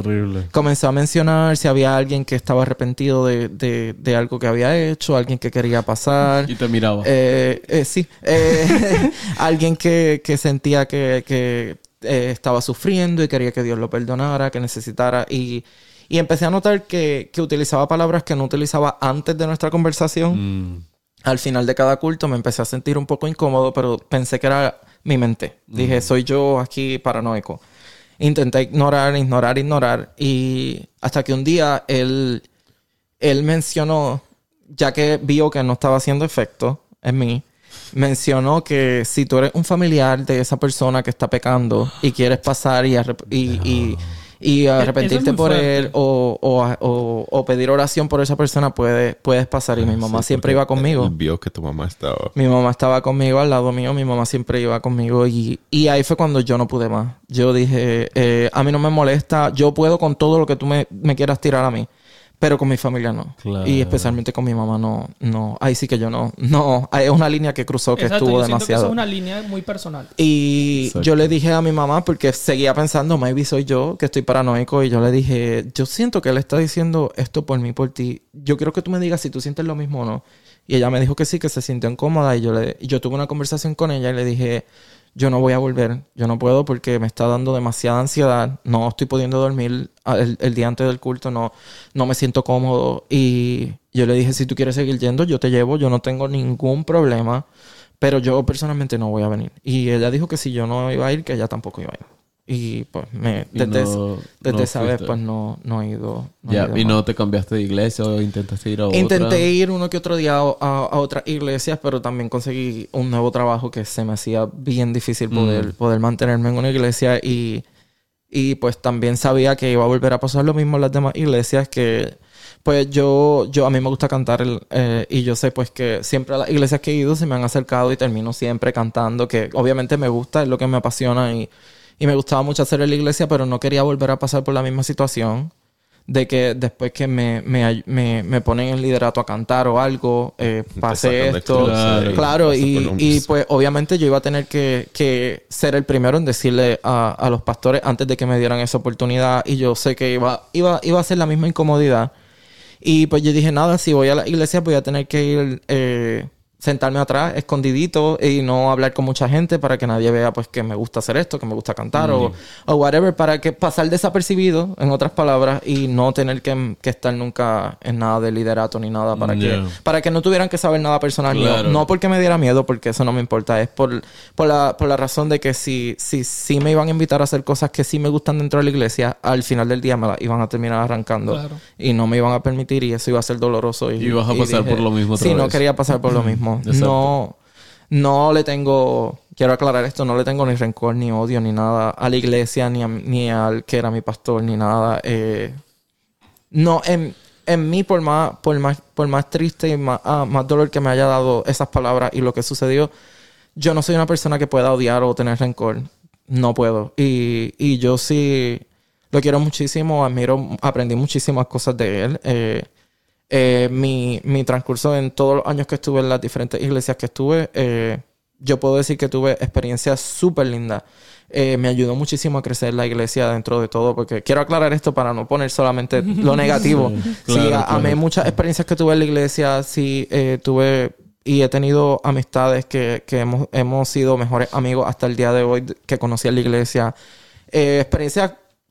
había alguien que estaba arrepentido de algo que había hecho, alguien que quería pasar. Y te miraba. Sí. Alguien que sentía que estaba sufriendo y quería que Dios lo perdonara, que necesitara. Y empecé a notar que utilizaba palabras que no utilizaba antes de nuestra conversación. Al final de cada culto me empecé a sentir un poco incómodo, pero pensé que era mi mente. Dije, soy yo aquí paranoico. Intenté ignorar. Y hasta que un día él mencionó, ya que vio que no estaba haciendo efecto en mí, mencionó que si tú eres un familiar de esa persona que está pecando y quieres pasar y arrepentirte por él o pedir oración por esa persona, puedes pasar. Y mi mamá siempre iba conmigo. Vio que tu mamá estaba. Mi mamá estaba conmigo al lado mío. Mi mamá siempre iba conmigo. Y ahí fue cuando yo no pude más. Yo dije, a mí no me molesta. Yo puedo con todo lo que tú me quieras tirar a mí. Pero con mi familia no. Claro. Y especialmente con mi mamá no. Ahí sí que yo no. No, es una línea que cruzó que Exacto, estuvo yo siento que demasiado. eso es una línea muy personal. Y Exacto. yo le dije a mi mamá, porque seguía pensando, maybe soy yo, que estoy paranoico. Y yo le dije, yo siento que él está diciendo esto por mí, por ti. Yo quiero que tú me digas si tú sientes lo mismo o no. Y ella me dijo que sí, que se sintió incómoda. Y yo tuve una conversación con ella y le dije, yo no voy a volver. Yo no puedo porque me está dando demasiada ansiedad. No estoy pudiendo dormir el día antes del culto. No me siento cómodo. Y yo le dije, si tú quieres seguir yendo, yo te llevo. Yo no tengo ningún problema. Pero yo personalmente no voy a venir. Y ella dijo que si yo no iba a ir, que ella tampoco iba a ir. Y pues desde esa vez pues no he ido. ¿Y no te cambiaste de iglesia o intentaste ir a otra? Intenté ir uno que otro día a otras iglesias, pero también conseguí un nuevo trabajo que se me hacía bien difícil poder mantenerme en una iglesia. Y pues también sabía que iba a volver a pasar lo mismo en las demás iglesias, que pues yo a mí me gusta cantar y yo sé pues que siempre a las iglesias que he ido se me han acercado y termino siempre cantando, que obviamente me gusta, es lo que me apasiona y me gustaba mucho hacer en la iglesia, pero no quería volver a pasar por la misma situación de que después que me ponen en liderato a cantar o algo, pase esto. Claro, y pues obviamente yo iba a tener que ser el primero en decirle a los pastores antes de que me dieran esa oportunidad, y yo sé que iba a ser la misma incomodidad. Y pues yo dije, nada, si voy a la iglesia voy a tener que ir... sentarme atrás, escondidito, y no hablar con mucha gente para que nadie vea pues que me gusta hacer esto, que me gusta cantar o whatever, para que pasar desapercibido, en otras palabras, y no tener que estar nunca en nada de liderato ni nada para que no tuvieran que saber nada personal mío. No porque me diera miedo, porque eso no me importa, es por la razón de que si me iban a invitar a hacer cosas que sí me gustan dentro de la iglesia, al final del día me las iban a terminar arrancando. Claro. Y no me iban a permitir, y eso iba a ser doloroso. Y vas a pasar por lo mismo otra vez. Sí, no quería pasar por lo mismo. Exacto. No le tengo... Quiero aclarar esto. No le tengo ni rencor, ni odio, ni nada a la iglesia, ni al que era mi pastor, ni nada. No, en mí, por más triste y más dolor que me haya dado esas palabras y lo que sucedió, yo no soy una persona que pueda odiar o tener rencor. No puedo. Y yo sí lo quiero muchísimo, admiro, aprendí muchísimas cosas de él. Mi transcurso en todos los años que estuve en las diferentes iglesias que estuve, yo puedo decir que tuve experiencias súper lindas. Me ayudó muchísimo a crecer la iglesia dentro de todo, porque quiero aclarar esto para no poner solamente lo negativo. Amé muchas experiencias que tuve en la iglesia. Sí, tuve y he tenido amistades que hemos sido mejores amigos hasta el día de hoy que conocí en la iglesia. Experiencias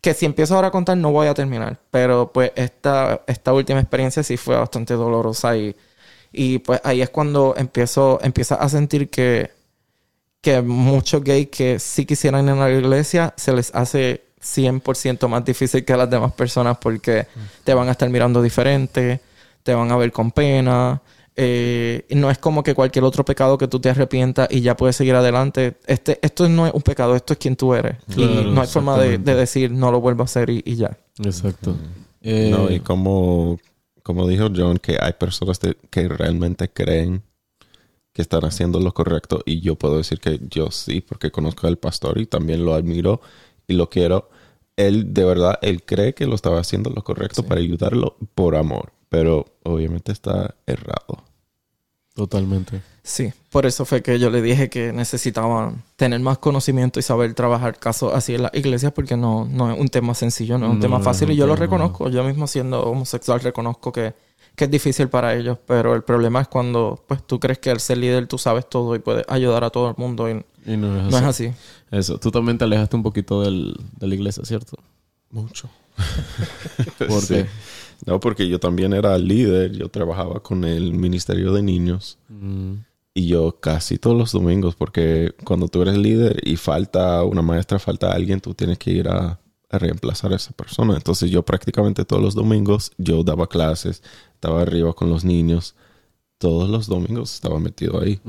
que si empiezo ahora a contar no voy a terminar. Pero pues esta última experiencia sí fue bastante dolorosa y pues ahí es cuando empiezas a sentir que muchos gays que sí quisieran ir a la iglesia se les hace 100% más difícil que a las demás personas porque te van a estar mirando diferente, te van a ver con pena. No es como que cualquier otro pecado que tú te arrepientas y ya puedes seguir adelante. Esto no es un pecado, esto es quien tú eres. Claro, y no hay forma de decir no lo vuelvo a hacer y ya. Exacto. No, y como dijo John, que hay personas que realmente creen que están haciendo lo correcto y yo puedo decir que yo sí, porque conozco al pastor y también lo admiro y lo quiero. Él, de verdad, él cree que lo estaba haciendo lo correcto para ayudarlo por amor, pero obviamente está errado. Totalmente. Sí, por eso fue que yo le dije que necesitaban tener más conocimiento y saber trabajar casos así en las iglesias porque no es un tema sencillo, no es un tema fácil y yo lo reconozco. Yo mismo siendo homosexual reconozco que es difícil para ellos, pero el problema es cuando pues tú crees que al ser líder tú sabes todo y puedes ayudar a todo el mundo y no es así. Eso. Tú también te alejaste un poquito de la iglesia, ¿cierto? Mucho. ¿Por Sí. qué? No, porque yo también era líder. Yo trabajaba con el Ministerio de Niños. Y yo casi todos los domingos, porque cuando tú eres líder y falta una maestra, falta alguien, tú tienes que ir a reemplazar a esa persona. Entonces yo prácticamente todos los domingos yo daba clases, estaba arriba con los niños. Todos los domingos estaba metido ahí.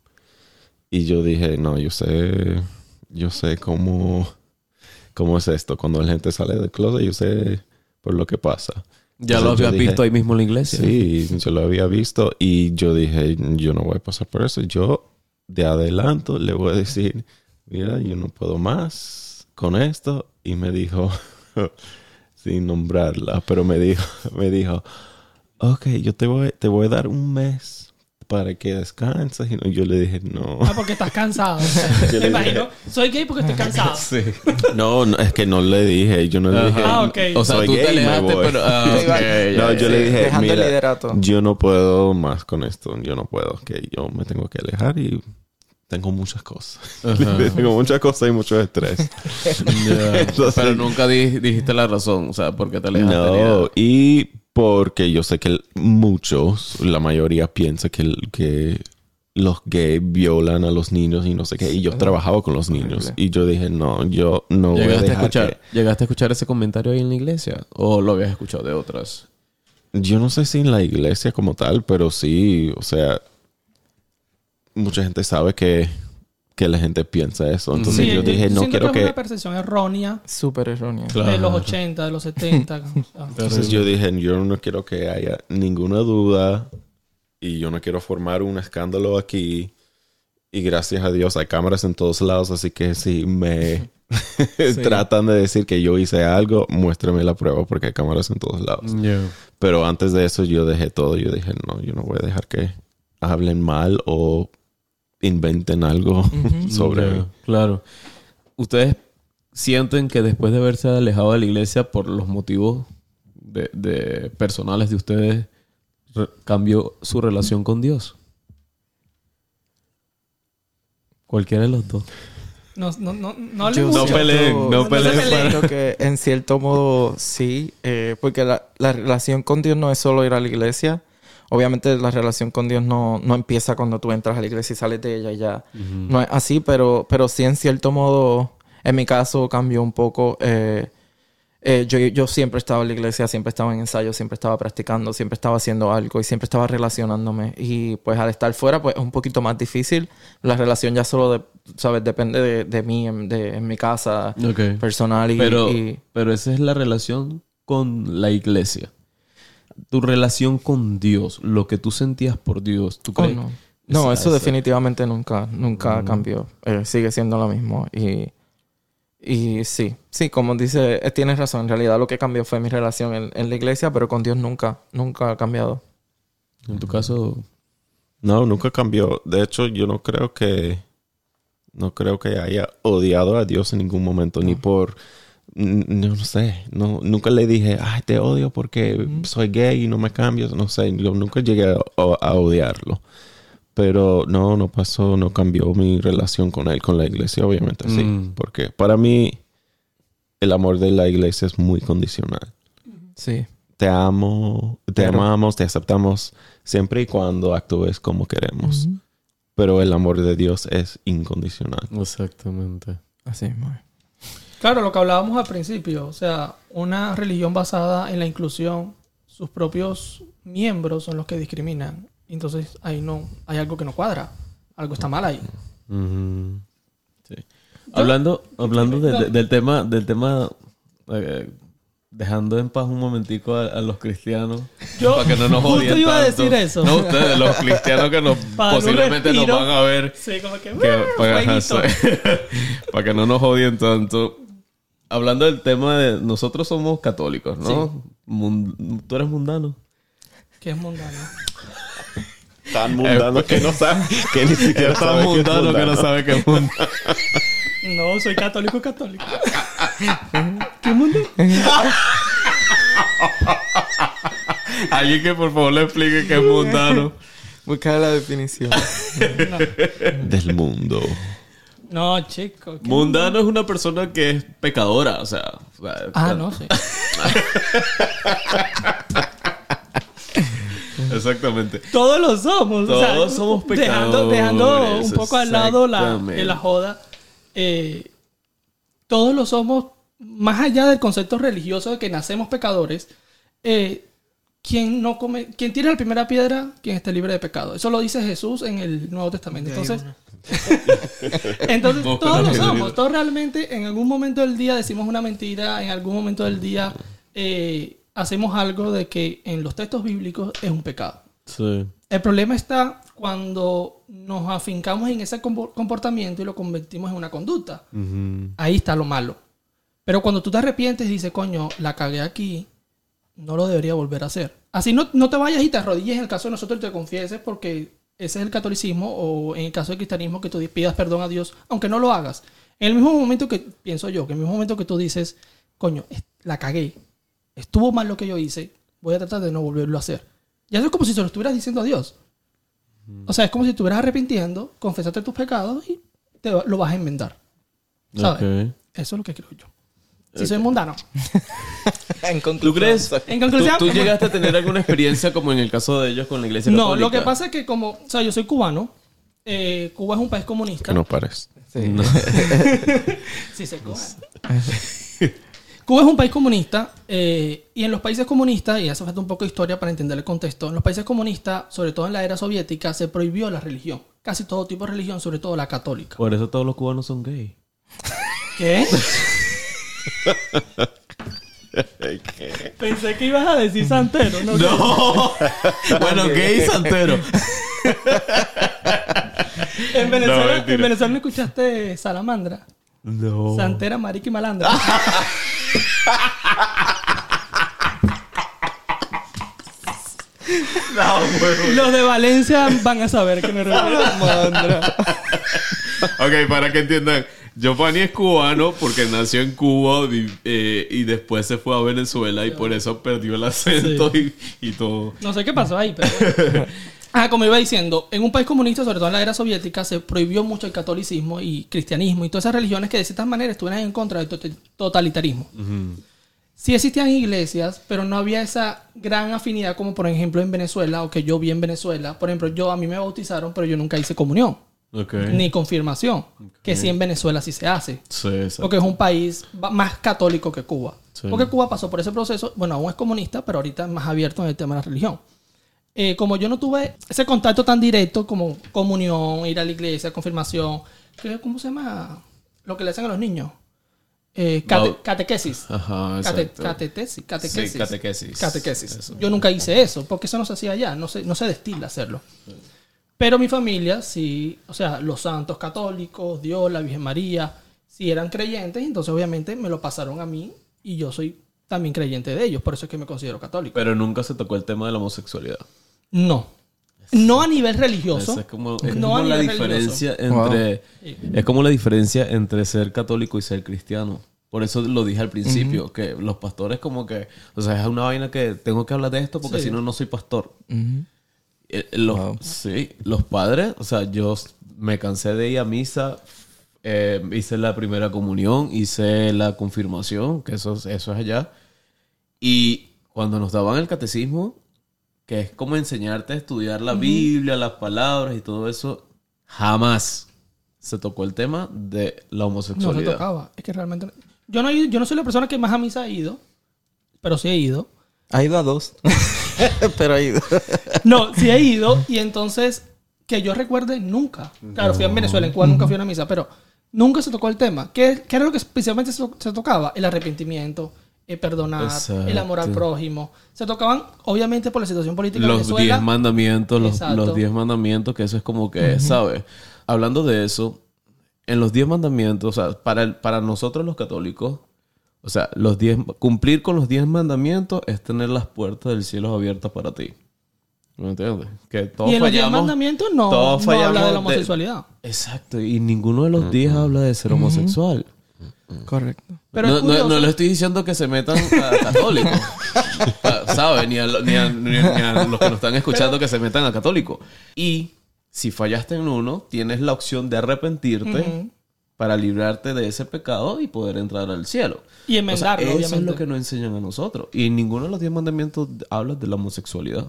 Y yo dije, no, yo sé cómo es esto. Cuando la gente sale del closet, yo sé por lo que pasa. ¿Ya Entonces, lo habías visto ahí mismo en la iglesia? Sí, yo lo había visto y yo dije, yo no voy a pasar por eso. Yo de adelanto le voy a decir, mira, yo no puedo más con esto. Y me dijo, sin nombrarla, pero me dijo, ok, yo te voy a dar un mes para que descanses. Y yo le dije, no. Porque estás cansado. Yo Me le imagino. Soy gay porque estoy cansado. Sí. No, es que no le dije. Yo no le dije. Ok. O sea, soy tú te gay y me alejaste, voy. pero... No, yo le dije, dejando el mira, liderato. yo no puedo más con esto. Yo no puedo. Que yo me tengo que alejar y tengo muchas cosas. Tengo muchas cosas y mucho estrés. Entonces, Pero nunca dijiste la razón. O sea, ¿por qué te alejaste? no, y porque yo sé que muchos, la mayoría piensa que los gays violan a los niños y no sé qué. Y yo trabajaba con los niños. Y yo dije, no, yo no voy a dejar ¿Llegaste a escuchar ese comentario ahí en la iglesia? ¿O lo habías escuchado de otras? Yo no sé si en la iglesia como tal, pero sí, o sea, mucha gente sabe que la gente piensa eso. Entonces yo dije, no quiero que... Es que... una percepción errónea Súper errónea. de los 80, de los 70. Entonces yo dije, yo no quiero que haya ninguna duda y yo no quiero formar un escándalo aquí. Y gracias a Dios hay cámaras en todos lados, así que si me tratan de decir que yo hice algo, muéstrame la prueba porque hay cámaras en todos lados. Pero antes de eso yo dejé todo. Yo dije, no, yo no voy a dejar que hablen mal o inventen algo sobre mí. Claro. ¿Ustedes sienten que después de haberse alejado de la iglesia por los motivos de personales de ustedes, cambió su relación con Dios? Cualquiera de los dos. No le Yo gusta. siento- no peleen. Siento que en cierto modo sí, porque la relación con Dios no es solo ir a la iglesia. Obviamente la relación con Dios no empieza cuando tú entras a la iglesia y sales de ella y ya. No es así, pero sí en cierto modo, en mi caso cambió un poco. Yo siempre estaba en la iglesia, siempre estaba en ensayo, siempre estaba practicando, siempre estaba haciendo algo y siempre estaba relacionándome. Y pues al estar fuera, pues es un poquito más difícil. La relación ya solo, ¿sabes? Depende de mí, en mi casa personal. Pero esa es la relación con la iglesia. Tu relación con Dios, lo que tú sentías por Dios, ¿tú crees? No, eso definitivamente nunca cambió. Sigue siendo lo mismo. Y sí, como dice, tienes razón. En realidad lo que cambió fue mi relación en la iglesia, pero con Dios nunca ha cambiado. En tu caso... No, nunca cambió. De hecho, yo no creo que haya odiado a Dios en ningún momento, ni por... No sé, nunca le dije, ay, te odio porque soy gay y no me cambias. No sé, yo nunca llegué a odiarlo. Pero no pasó, no cambió mi relación con él, con la iglesia, obviamente sí. Porque para mí, el amor de la iglesia es muy condicional. Sí. Te amo, te amamos, te aceptamos siempre y cuando actúes como queremos. Pero el amor de Dios es incondicional. Exactamente. Así mismo. Claro, lo que hablábamos al principio, o sea, una religión basada en la inclusión, sus propios miembros son los que discriminan. Entonces ahí no hay algo que no cuadra, algo está mal ahí. Sí. Hablando del tema, dejando en paz un momentico a los cristianos, Yo para que no nos justo odien iba a tanto. decir eso. No, ustedes, los cristianos que nos Para un posiblemente nos respiro. van a ver. Sí, como que... Para, para que no nos odien tanto. Hablando del tema de... Nosotros somos católicos, ¿no? Tú eres mundano. ¿Qué es mundano? Tan mundano que no sabe, que ni siquiera Es sabe tan que es mundano que no mundano. sabe que es mundano. No, soy católico. ¿Qué mundo? Alguien que por favor le explique qué es mundano. Busca la definición. Del mundo. No, chico. ¿qué Mundano es una persona que es pecadora, o sea... no, sí. Exactamente. Todos lo somos. Todos somos pecadores, Dejando un poco al lado exactamente. la joda. Todos lo somos, más allá del concepto religioso de que nacemos pecadores. Quien tira la primera piedra, quien esté libre de pecado. Eso lo dice Jesús en el Nuevo Testamento. Entonces todos lo somos. Todos realmente en algún momento del día decimos una mentira. En algún momento del día hacemos algo de que en los textos bíblicos es un pecado. Sí. El problema está cuando nos afincamos en ese comportamiento y lo convertimos en una conducta. Ahí está lo malo. Pero cuando tú te arrepientes y dices, coño, la cagué aquí, no lo debería volver a hacer. Así no te vayas y te arrodilles en el caso de nosotros y te confieses, porque ese es el catolicismo, o en el caso del cristianismo que tú pidas perdón a Dios, aunque no lo hagas. En el mismo momento que, pienso yo, que en el mismo momento que tú dices, coño, la cagué, estuvo mal lo que yo hice, voy a tratar de no volverlo a hacer. Ya eso es como si se lo estuvieras diciendo a Dios. O sea, es como si estuvieras arrepintiendo, confesaste tus pecados y lo vas a enmendar. ¿Sabes? Okay. Eso es lo que creo yo. Si soy mundano. En conclusión, ¿Tú crees? En conclusión, ¿Tú llegaste a tener alguna experiencia como en el caso de ellos con la iglesia católica? no, lo que pasa es que o sea, yo soy cubano. Cuba es un país comunista. Que no parece. Sí. Sí, se come. Cuba es un país comunista y en los países comunistas, y hace falta un poco de historia para entender el contexto, en los países comunistas, sobre todo en la era soviética, se prohibió la religión. Casi todo tipo de religión, sobre todo la católica. Por eso todos los cubanos son gays. ¿Qué? Pensé que ibas a decir santero, ¿no? No. Bueno, gay y santero. En No, Venezuela, mentira. en Venezuela no escuchaste salamandra. No. Santera, marica y malandra. Los de Valencia van a saber que me refiero. Ok, para que entiendan. Giovanni es cubano porque nació en Cuba y después se fue a Venezuela y por eso perdió el acento y todo. No sé qué pasó ahí, pero bueno. Como iba diciendo, en un país comunista, sobre todo en la era soviética, se prohibió mucho el catolicismo y cristianismo y todas esas religiones que de ciertas maneras estuvieran en contra del totalitarismo. Sí existían iglesias, pero no había esa gran afinidad como por ejemplo en Venezuela, o que yo vi en Venezuela. Por ejemplo, a mí me bautizaron, pero yo nunca hice comunión. Okay. Ni confirmación. Que sí en Venezuela sí se hace. Sí, exacto. Porque es un país más católico que Cuba. Sí. Porque Cuba pasó por ese proceso. Bueno, aún es comunista, pero ahorita es más abierto en el tema de la religión. Como yo no tuve ese contacto tan directo como comunión, ir a la iglesia, confirmación. ¿Cómo se llama? Lo que le hacen a los niños. Catequesis. Ajá, exacto. Catequesis. Sí, catequesis. Eso. Yo nunca hice eso, porque eso no se hacía allá. No se destila hacerlo. Pero mi familia, sí, o sea, los santos católicos, Dios, la Virgen María, sí eran creyentes, entonces obviamente me lo pasaron a mí y yo soy también creyente de ellos, por eso es que me considero católico. Pero nunca se tocó el tema de la homosexualidad. No. No a nivel religioso. Esa es como No a la nivel diferencia entre... Es como la diferencia entre ser católico y ser cristiano. Por eso lo dije al principio, que los pastores como que... O sea, es una vaina que tengo que hablar de esto porque si no, no soy pastor. Sí, los padres, o sea, yo me cansé de ir a misa hice la primera comunión, hice la confirmación, que eso es allá. Y cuando nos daban el catecismo, que es como enseñarte a estudiar la Biblia, las palabras y todo eso, jamás se tocó el tema de la homosexualidad. No se tocaba. Es que realmente... Yo no soy la persona que más a misa ha ido, pero sí he ido. Ha ido a 2. Pero ha ido. No, sí he ido. Y entonces, que yo recuerde, nunca. Claro, fui en Venezuela, en Cuba nunca fui a una misa, pero nunca se tocó el tema. ¿Qué era lo que especialmente se tocaba? El arrepentimiento, perdonar, Exacto. el amor al prójimo. Se tocaban, obviamente, por la situación política de Los Venezuela. 10 mandamientos, Exacto. los 10 mandamientos, que eso es como que, ¿sabes? Hablando de eso, en los 10 mandamientos, o sea, para nosotros los católicos, o sea, cumplir con los 10 mandamientos es tener las puertas del cielo abiertas para ti. ¿Me entiendes? Que todos Y en los 10 fallamos. mandamientos no habla de la homosexualidad. Exacto, y ninguno de los 10 habla de ser homosexual. Correcto. Pero es no curioso. le estoy diciendo que se metan a católicos. ¿Sabes? Ni a los que nos están escuchando que se metan a católicos. Y si fallaste en uno, tienes la opción de arrepentirte para librarte de ese pecado y poder entrar al cielo. Y enmendarlo, eso obviamente. es lo que nos enseñan a nosotros. Y en ninguno de los 10 mandamientos habla de la homosexualidad.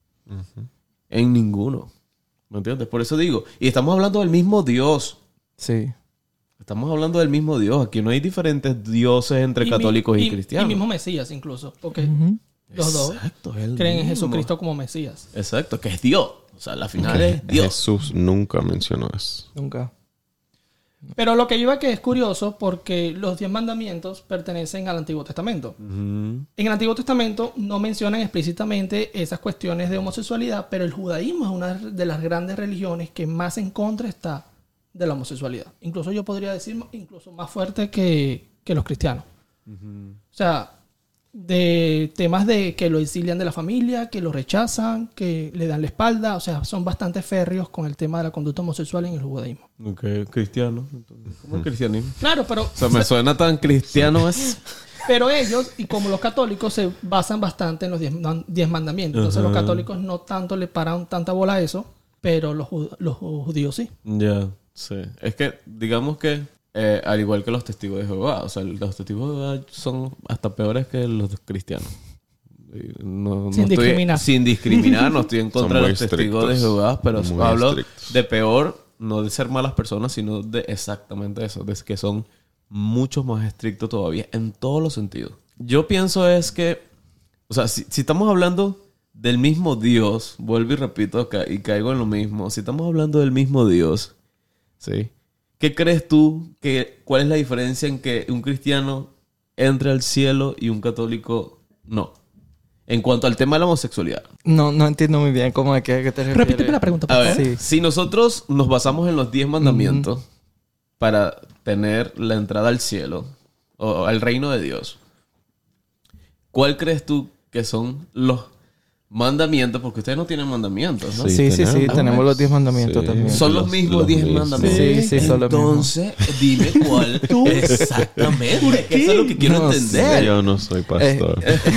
En ninguno. ¿Me entiendes? Por eso digo. Y estamos hablando del mismo Dios. Sí. Estamos hablando del mismo Dios. Aquí no hay diferentes dioses entre católicos y cristianos. Y mismo Mesías incluso. Porque los dos Exacto, es el creen en mismo. Jesucristo como Mesías. Exacto, que es Dios. O sea, la final es Dios. Jesús nunca mencionó eso. Nunca. Pero lo que iba que es curioso porque los 10 mandamientos pertenecen al Antiguo Testamento. En el Antiguo Testamento no mencionan explícitamente esas cuestiones de homosexualidad, pero el judaísmo es una de las grandes religiones que más en contra está de la homosexualidad. Incluso yo podría decir incluso más fuerte que los cristianos. O sea, de temas de que lo exilian de la familia, que lo rechazan, que le dan la espalda. O sea, son bastante férreos con el tema de la conducta homosexual en el judaísmo. Ok, cristiano. Entonces, ¿cómo es cristianismo? Claro, pero... O sea, me suena tan cristiano es... Pero ellos, y como los católicos, se basan bastante en los 10 mandamientos. Entonces los católicos no tanto le paran tanta bola a eso, pero los judíos sí. Ya, sí. Es que, digamos que, al igual que los testigos de Jehová, o sea, los testigos de Jehová son hasta peores que los cristianos. Sin discriminar. Sin discriminar, no estoy en contra de muy los testigos de estrictos. Jehová, pero Muy hablo estrictos. de peor, no de ser malas personas, sino de exactamente eso, de que son mucho más estrictos todavía en todos los sentidos. Yo pienso es que, o sea, si estamos hablando del mismo Dios, vuelvo y repito acá y caigo en lo mismo, si estamos hablando del mismo Dios, ¿sí? ¿Qué crees tú cuál es la diferencia en que un cristiano entre al cielo y un católico no? En cuanto al tema de la homosexualidad. No entiendo muy bien cómo es que te refieres. Repíteme la pregunta, por A favor. ver, Sí. si nosotros nos basamos en los 10 mandamientos para tener la entrada al cielo o al reino de Dios, ¿cuál crees tú que son los mandamientos? Porque ustedes no tienen mandamientos, ¿no? Sí, tenemos los 10 mandamientos Sí. también. Son los mismos 10 mandamientos. Sí, son los mismos. Entonces, dime cuál exactamente. Que eso es lo que quiero No entender. Yo no soy pastor.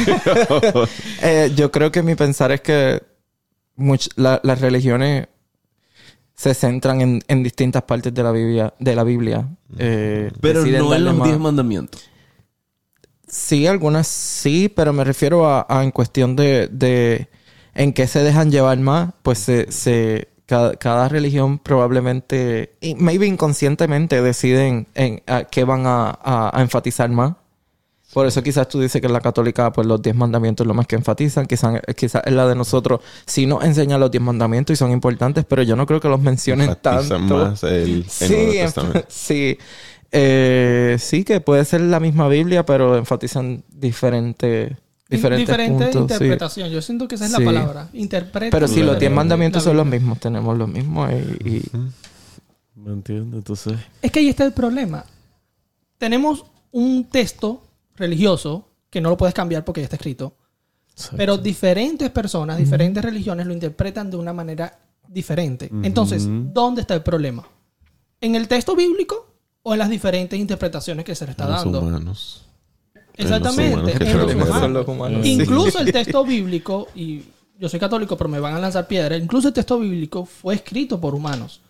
Yo creo que mi pensar es que las religiones se centran en distintas partes de la Biblia. Pero Deciden no en darle los más- 10 mandamientos. Sí, algunas sí, pero me refiero a en cuestión de en qué se dejan llevar más. Pues cada religión probablemente, y maybe inconscientemente, deciden a qué van a enfatizar más. Por eso quizás tú dices que en la católica pues los 10 mandamientos es lo más que enfatizan. Quizás en la de nosotros sí nos enseñan los 10 mandamientos y son importantes, pero yo no creo que los mencionen Enfatizan tanto. más el Nuevo Sí, Testamento. sí. Sí, que puede ser la misma Biblia, pero enfatizan diferentes Diferente puntos. Sí. interpretación. Yo siento que esa es la Sí. palabra. Interpreta. Pero sí, los 10 mandamientos la son los Biblia. mismos. Tenemos los mismos y ¿Me entiendes? Entonces... Es que ahí está el problema. Tenemos un texto religioso que no lo puedes cambiar porque ya está escrito. Pero diferentes personas, diferentes religiones lo interpretan de una manera diferente. Entonces, ¿dónde está el problema? ¿En el texto bíblico o en las diferentes interpretaciones que se le está Los dando? humanos. Exactamente. En los humanos que en los creo que humanos. son los humanos. Incluso el texto bíblico, y yo soy católico, pero me van a lanzar piedra. Incluso el texto bíblico fue escrito por humanos.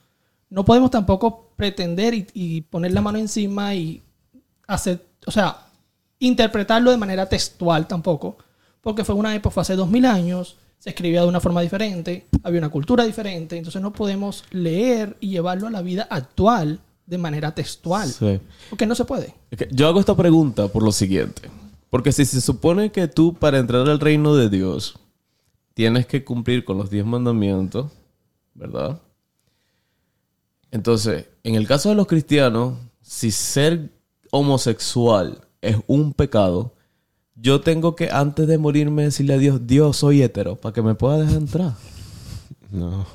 no podemos tampoco pretender y poner la mano encima y hacer, o sea, interpretarlo de manera textual tampoco, porque fue una época, fue hace 2000 años, se escribía de una forma diferente, había una cultura diferente, entonces no podemos leer y llevarlo a la vida actual de manera textual, Sí. porque no se puede. Es que yo hago esta pregunta por lo siguiente. Porque si se supone que tú, para entrar al reino de Dios, tienes que cumplir con los 10 mandamientos, ¿verdad? Entonces, en el caso de los cristianos, si ser homosexual es un pecado, yo tengo que, antes de morirme, decirle a Dios, Dios, soy hetero, para que me pueda dejar entrar. No.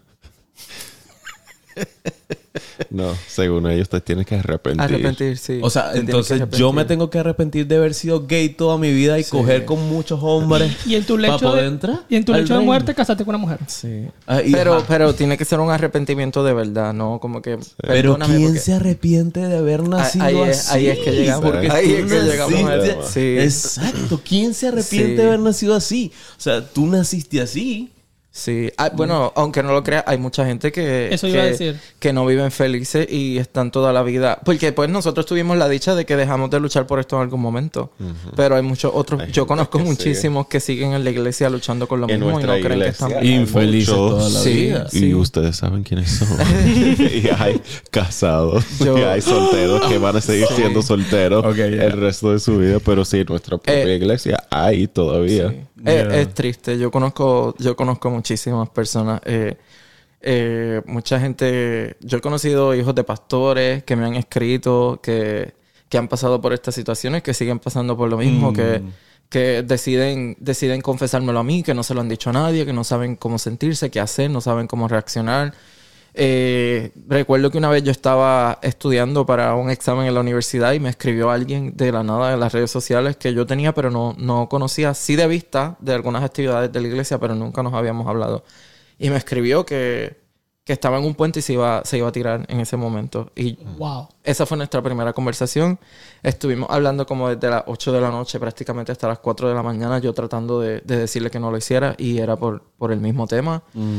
No, según ellos te tienes que arrepentir. Arrepentir, sí. O sea, Te tienes entonces que yo arrepentir. me tengo que arrepentir de haber sido gay toda mi vida y coger con muchos hombres Y en tu para lecho poder de, entrar. y en tu al lecho de reino. muerte casarte con una mujer. Sí. Ah, y- Pero, ajá. pero tiene que ser un arrepentimiento de verdad, ¿no? Como que... Pero perdóname, ¿quién porque- se arrepiente de haber nacido ahí así? es que llegamos. Porque Ahí tú es que llegamos a naciste- eso. Sí. Exacto. ¿Quién se arrepiente Sí. de haber nacido así? O sea, tú naciste así. Sí. Ah, bueno, aunque no lo creas, hay mucha gente Eso iba a decir. que no viven felices y están toda la vida... Porque pues nosotros tuvimos la dicha de que dejamos de luchar por esto en algún momento. Pero hay muchos otros... Hay Yo gente conozco que muchísimos que siguen en la iglesia luchando con lo En mismo y no nuestra creen que iglesia están... hay Infelices muchos- toda la Sí. vida. Y ustedes saben quiénes son. y hay casados. Yo- Y hay solteros que van a seguir siendo solteros Ok, ya. el resto de su vida. Pero sí, en nuestra propia iglesia hay todavía. Sí. Es triste. Yo conozco muchísimas personas. Mucha gente... Yo he conocido hijos de pastores que me han escrito, que han pasado por estas situaciones, que siguen pasando por lo mismo, que deciden confesármelo a mí, que no se lo han dicho a nadie, que no saben cómo sentirse, qué hacer, no saben cómo reaccionar. Recuerdo que una vez yo estaba estudiando para un examen en la universidad y me escribió alguien de la nada en las redes sociales que yo tenía, pero no conocía, sí de vista de algunas actividades de la iglesia, pero nunca nos habíamos hablado. Y me escribió que estaba en un puente y se iba a tirar en ese momento. Y Wow. esa fue nuestra primera conversación. Estuvimos hablando como desde las 8 de la noche prácticamente hasta las 4 de la mañana, yo tratando de decirle que no lo hiciera, y era por el mismo tema.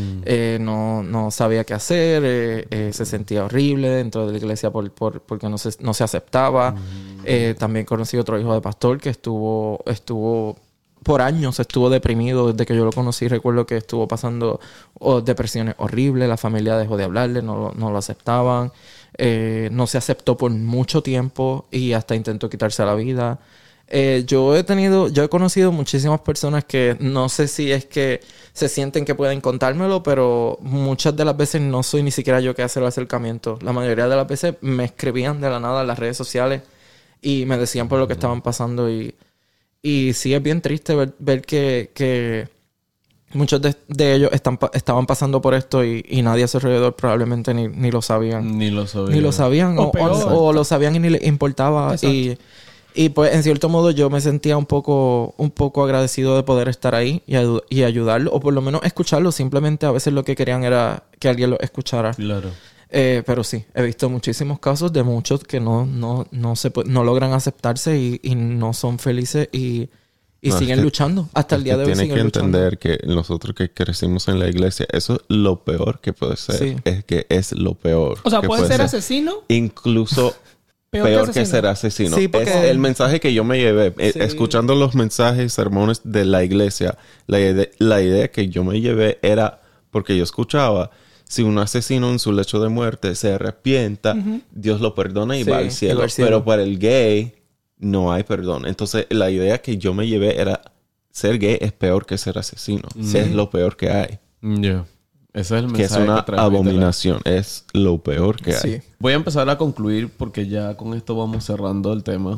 No sabía qué hacer, se sentía horrible dentro de la iglesia porque no se aceptaba. También conocí otro hijo de pastor que estuvo por años, estuvo deprimido desde que yo lo conocí. Recuerdo que estuvo pasando depresiones horribles, la familia dejó de hablarle, no lo aceptaban. No se aceptó por mucho tiempo y hasta intentó quitarse la vida. Yo he conocido muchísimas personas que no sé si es que se sienten que pueden contármelo, pero muchas de las veces no soy ni siquiera yo que hacer el acercamiento. La mayoría de las veces me escribían de la nada en las redes sociales y me decían por lo que estaban pasando, y sí es bien triste ver que muchos de ellos estaban pasando por esto y nadie a su alrededor probablemente ni lo sabían. Ni lo sabía. Ni lo sabían o lo sabían y ni les importaba. Exacto. Y pues en cierto modo yo me sentía un poco agradecido de poder estar ahí y ayudarlo, o por lo menos escucharlo. Simplemente a veces lo que querían era que alguien lo escuchara. Claro. Pero sí, he visto muchísimos casos de muchos que no logran aceptarse y no son felices y No, siguen es que- luchando. Hasta el día de hoy Tienes siguen que luchando. entender que nosotros que crecimos en la iglesia, eso es lo peor que puede ser. Sí. Es que es lo peor. O sea, que puede puede ser asesino, Incluso peor, peor que que asesino. ser asesino. Sí, porque- Es el mensaje que yo me llevé. Sí. Escuchando los mensajes, sermones de la iglesia, la idea que yo me llevé era, porque yo escuchaba, si un asesino en su lecho de muerte se arrepienta, Dios lo perdona y Sí, va al y cielo. va al cielo. Pero para el gay no hay perdón. Entonces la idea que yo me llevé era, ser gay es peor que ser asesino. Es lo peor que hay. Ya. Ese es el Que es mensaje una trae abominación. Es lo peor que Sí. hay. Voy a empezar a concluir porque ya con esto vamos cerrando el tema.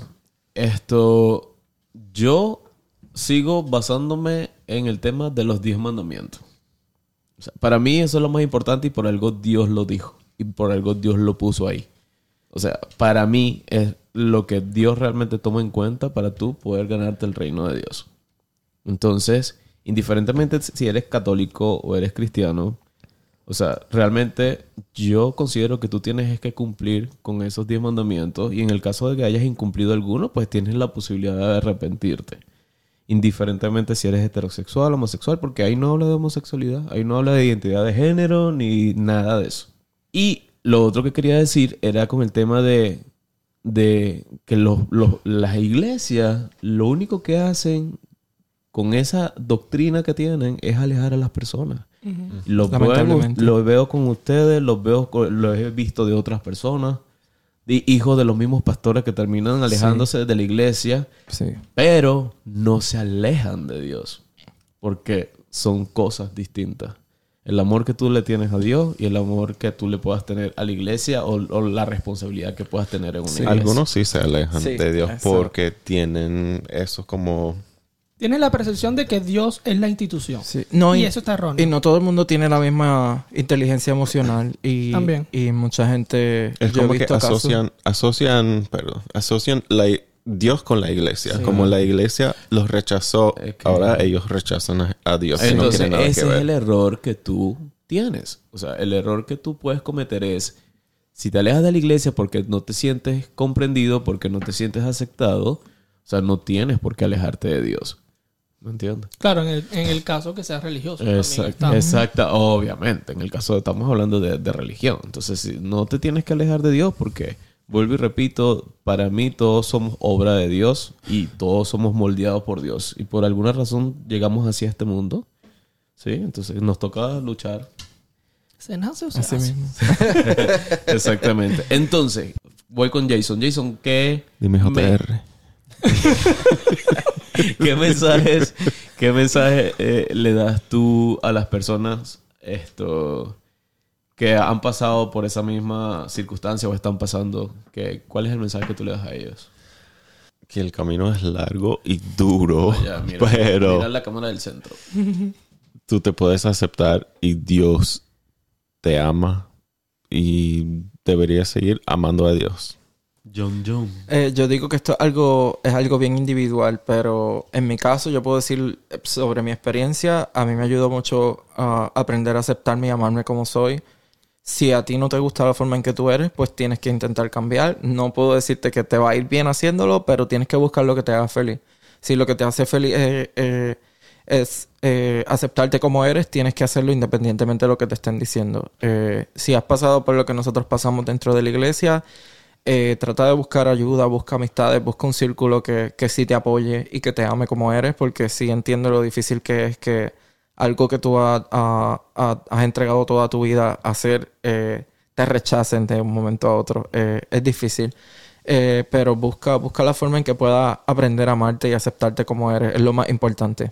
Yo sigo basándome en el tema de los 10 mandamientos. O sea, para mí eso es lo más importante y por algo Dios lo dijo. Y por algo Dios lo puso ahí. O sea, para mí es lo que Dios realmente toma en cuenta para tú poder ganarte el reino de Dios. Entonces, indiferentemente si eres católico o eres cristiano, o sea, realmente yo considero que tú tienes que cumplir con esos 10 mandamientos, y en el caso de que hayas incumplido alguno, pues tienes la posibilidad de arrepentirte. Indiferentemente si eres heterosexual o homosexual, porque ahí no habla de homosexualidad, ahí no habla de identidad de género ni nada de eso. Y lo otro que quería decir era con el tema de que las iglesias lo único que hacen con esa doctrina que tienen es alejar a las personas. Lo veo con ustedes, lo he visto de otras personas, de hijos de los mismos pastores que terminan alejándose de la iglesia, pero no se alejan de Dios, porque son cosas distintas. El amor que tú le tienes a Dios y el amor que tú le puedas tener a la iglesia o la responsabilidad que puedas tener en una iglesia. Algunos sí se alejan de Dios porque tienen eso como... Tienen la percepción de que Dios es la institución. Sí. No, y eso está erróneo. Y no todo el mundo tiene la misma inteligencia emocional. Y, también. Y mucha gente... Es como que asocian Dios con la iglesia. Sí. Como la iglesia los rechazó, ahora ellos rechazan a Dios. Entonces, no ese es el error que tú tienes. O sea, el error que tú puedes cometer es, si te alejas de la iglesia porque no te sientes comprendido, porque no te sientes aceptado, o sea, no tienes por qué alejarte de Dios. ¿Me entiendes? Claro, en el caso que seas religioso. Exacto, obviamente. En el caso estamos hablando de religión. Entonces, si no te tienes que alejar de Dios porque... Vuelvo y repito, para mí todos somos obra de Dios y todos somos moldeados por Dios. Y por alguna razón llegamos hacia este mundo. ¿Sí? Entonces nos toca luchar. ¿Se nace o se hace? Mismo. Exactamente. Entonces, voy con Jason. Jason, ¿qué... Dime JR. ¿Qué mensaje le das tú a las personas que han pasado por esa misma circunstancia o están pasando? ¿Cuál es el mensaje que tú le das a ellos? Que el camino es largo y duro, mira la cámara del centro. Tú te puedes aceptar y Dios te ama y deberías seguir amando a Dios. John. Yo digo que esto es algo bien individual, pero en mi caso yo puedo decir sobre mi experiencia, a mí me ayudó mucho a aprender a aceptarme y amarme como soy. Si a ti no te gusta la forma en que tú eres, pues tienes que intentar cambiar. No puedo decirte que te va a ir bien haciéndolo, pero tienes que buscar lo que te haga feliz. Si lo que te hace feliz es aceptarte como eres, tienes que hacerlo independientemente de lo que te estén diciendo. Si has pasado por lo que nosotros pasamos dentro de la iglesia, trata de buscar ayuda, busca amistades, busca un círculo que sí te apoye y que te ame como eres, porque sí entiendo lo difícil que es que algo que tú has entregado toda tu vida a hacer, te rechacen de un momento a otro. Es difícil. Pero busca la forma en que puedas aprender a amarte y aceptarte como eres. Es lo más importante.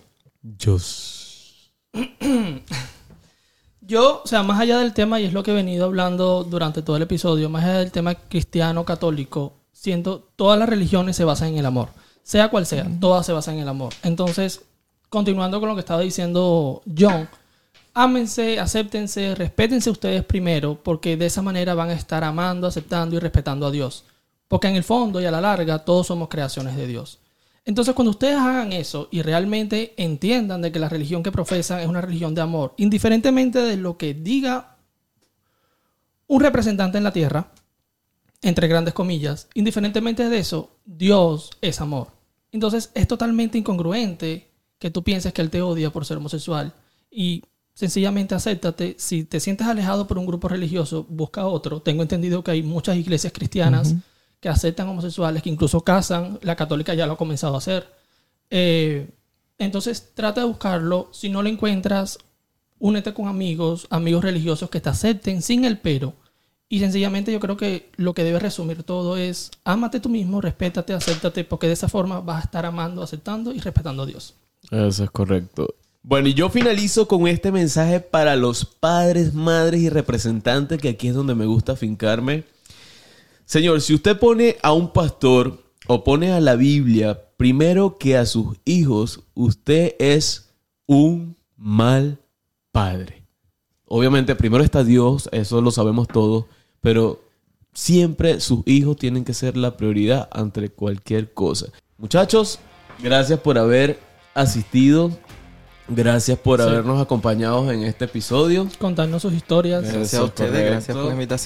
Yo, o sea, más allá del tema, y es lo que he venido hablando durante todo el episodio, más allá del tema cristiano, católico, todas las religiones se basan en el amor. Sea cual sea, todas se basan en el amor. Entonces... Continuando con lo que estaba diciendo John, ámense, acéptense, respétense ustedes primero, porque de esa manera van a estar amando, aceptando y respetando a Dios. Porque en el fondo y a la larga todos somos creaciones de Dios. Entonces cuando ustedes hagan eso y realmente entiendan de que la religión que profesan es una religión de amor, indiferentemente de lo que diga un representante en la tierra, entre grandes comillas, indiferentemente de eso, Dios es amor. Entonces es totalmente incongruente que tú pienses que Él te odia por ser homosexual y sencillamente acéptate. Si te sientes alejado por un grupo religioso, busca otro. Tengo entendido que hay muchas iglesias cristianas que aceptan homosexuales, que incluso casan. La católica ya lo ha comenzado a hacer. Entonces trata de buscarlo. Si no lo encuentras, únete con amigos religiosos que te acepten sin el pero. Y sencillamente yo creo que lo que debe resumir todo es: ámate tú mismo, respétate, acéptate, porque de esa forma vas a estar amando, aceptando y respetando a Dios. Eso es correcto. Bueno, y yo finalizo con este mensaje para los padres, madres y representantes, que aquí es donde me gusta afincarme. Señor, si usted pone a un pastor o pone a la Biblia primero que a sus hijos, usted es un mal padre. Obviamente primero está Dios, eso lo sabemos todos, pero siempre sus hijos tienen que ser la prioridad ante cualquier cosa. Muchachos, gracias por haber asistido. Gracias por habernos acompañado en este episodio. Contarnos sus historias. Gracias a ustedes, gracias por la invitación.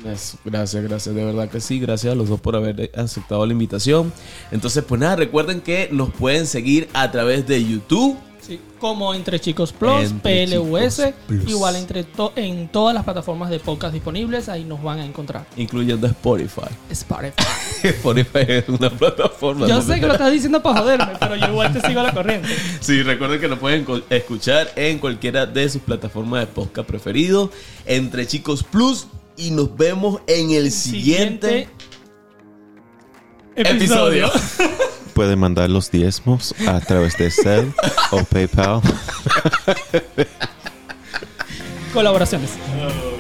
Gracias, de verdad que sí. Gracias a los dos por haber aceptado la invitación. Entonces, pues nada, recuerden que nos pueden seguir a través de YouTube. Sí, como Entre Chicos Plus, Entre PLUS, Chicos Plus. igual en todas las plataformas de podcast disponibles, ahí nos van a encontrar. Incluyendo Spotify. Spotify. Spotify es una plataforma. Yo sé que lo estás diciendo para joderme, pero yo igual te sigo la corriente. Sí, recuerden que nos pueden escuchar en cualquiera de sus plataformas de podcast preferido, Entre Chicos Plus, y nos vemos en el siguiente episodio. Pueden mandar los diezmos a través de Zelle o PayPal. Colaboraciones.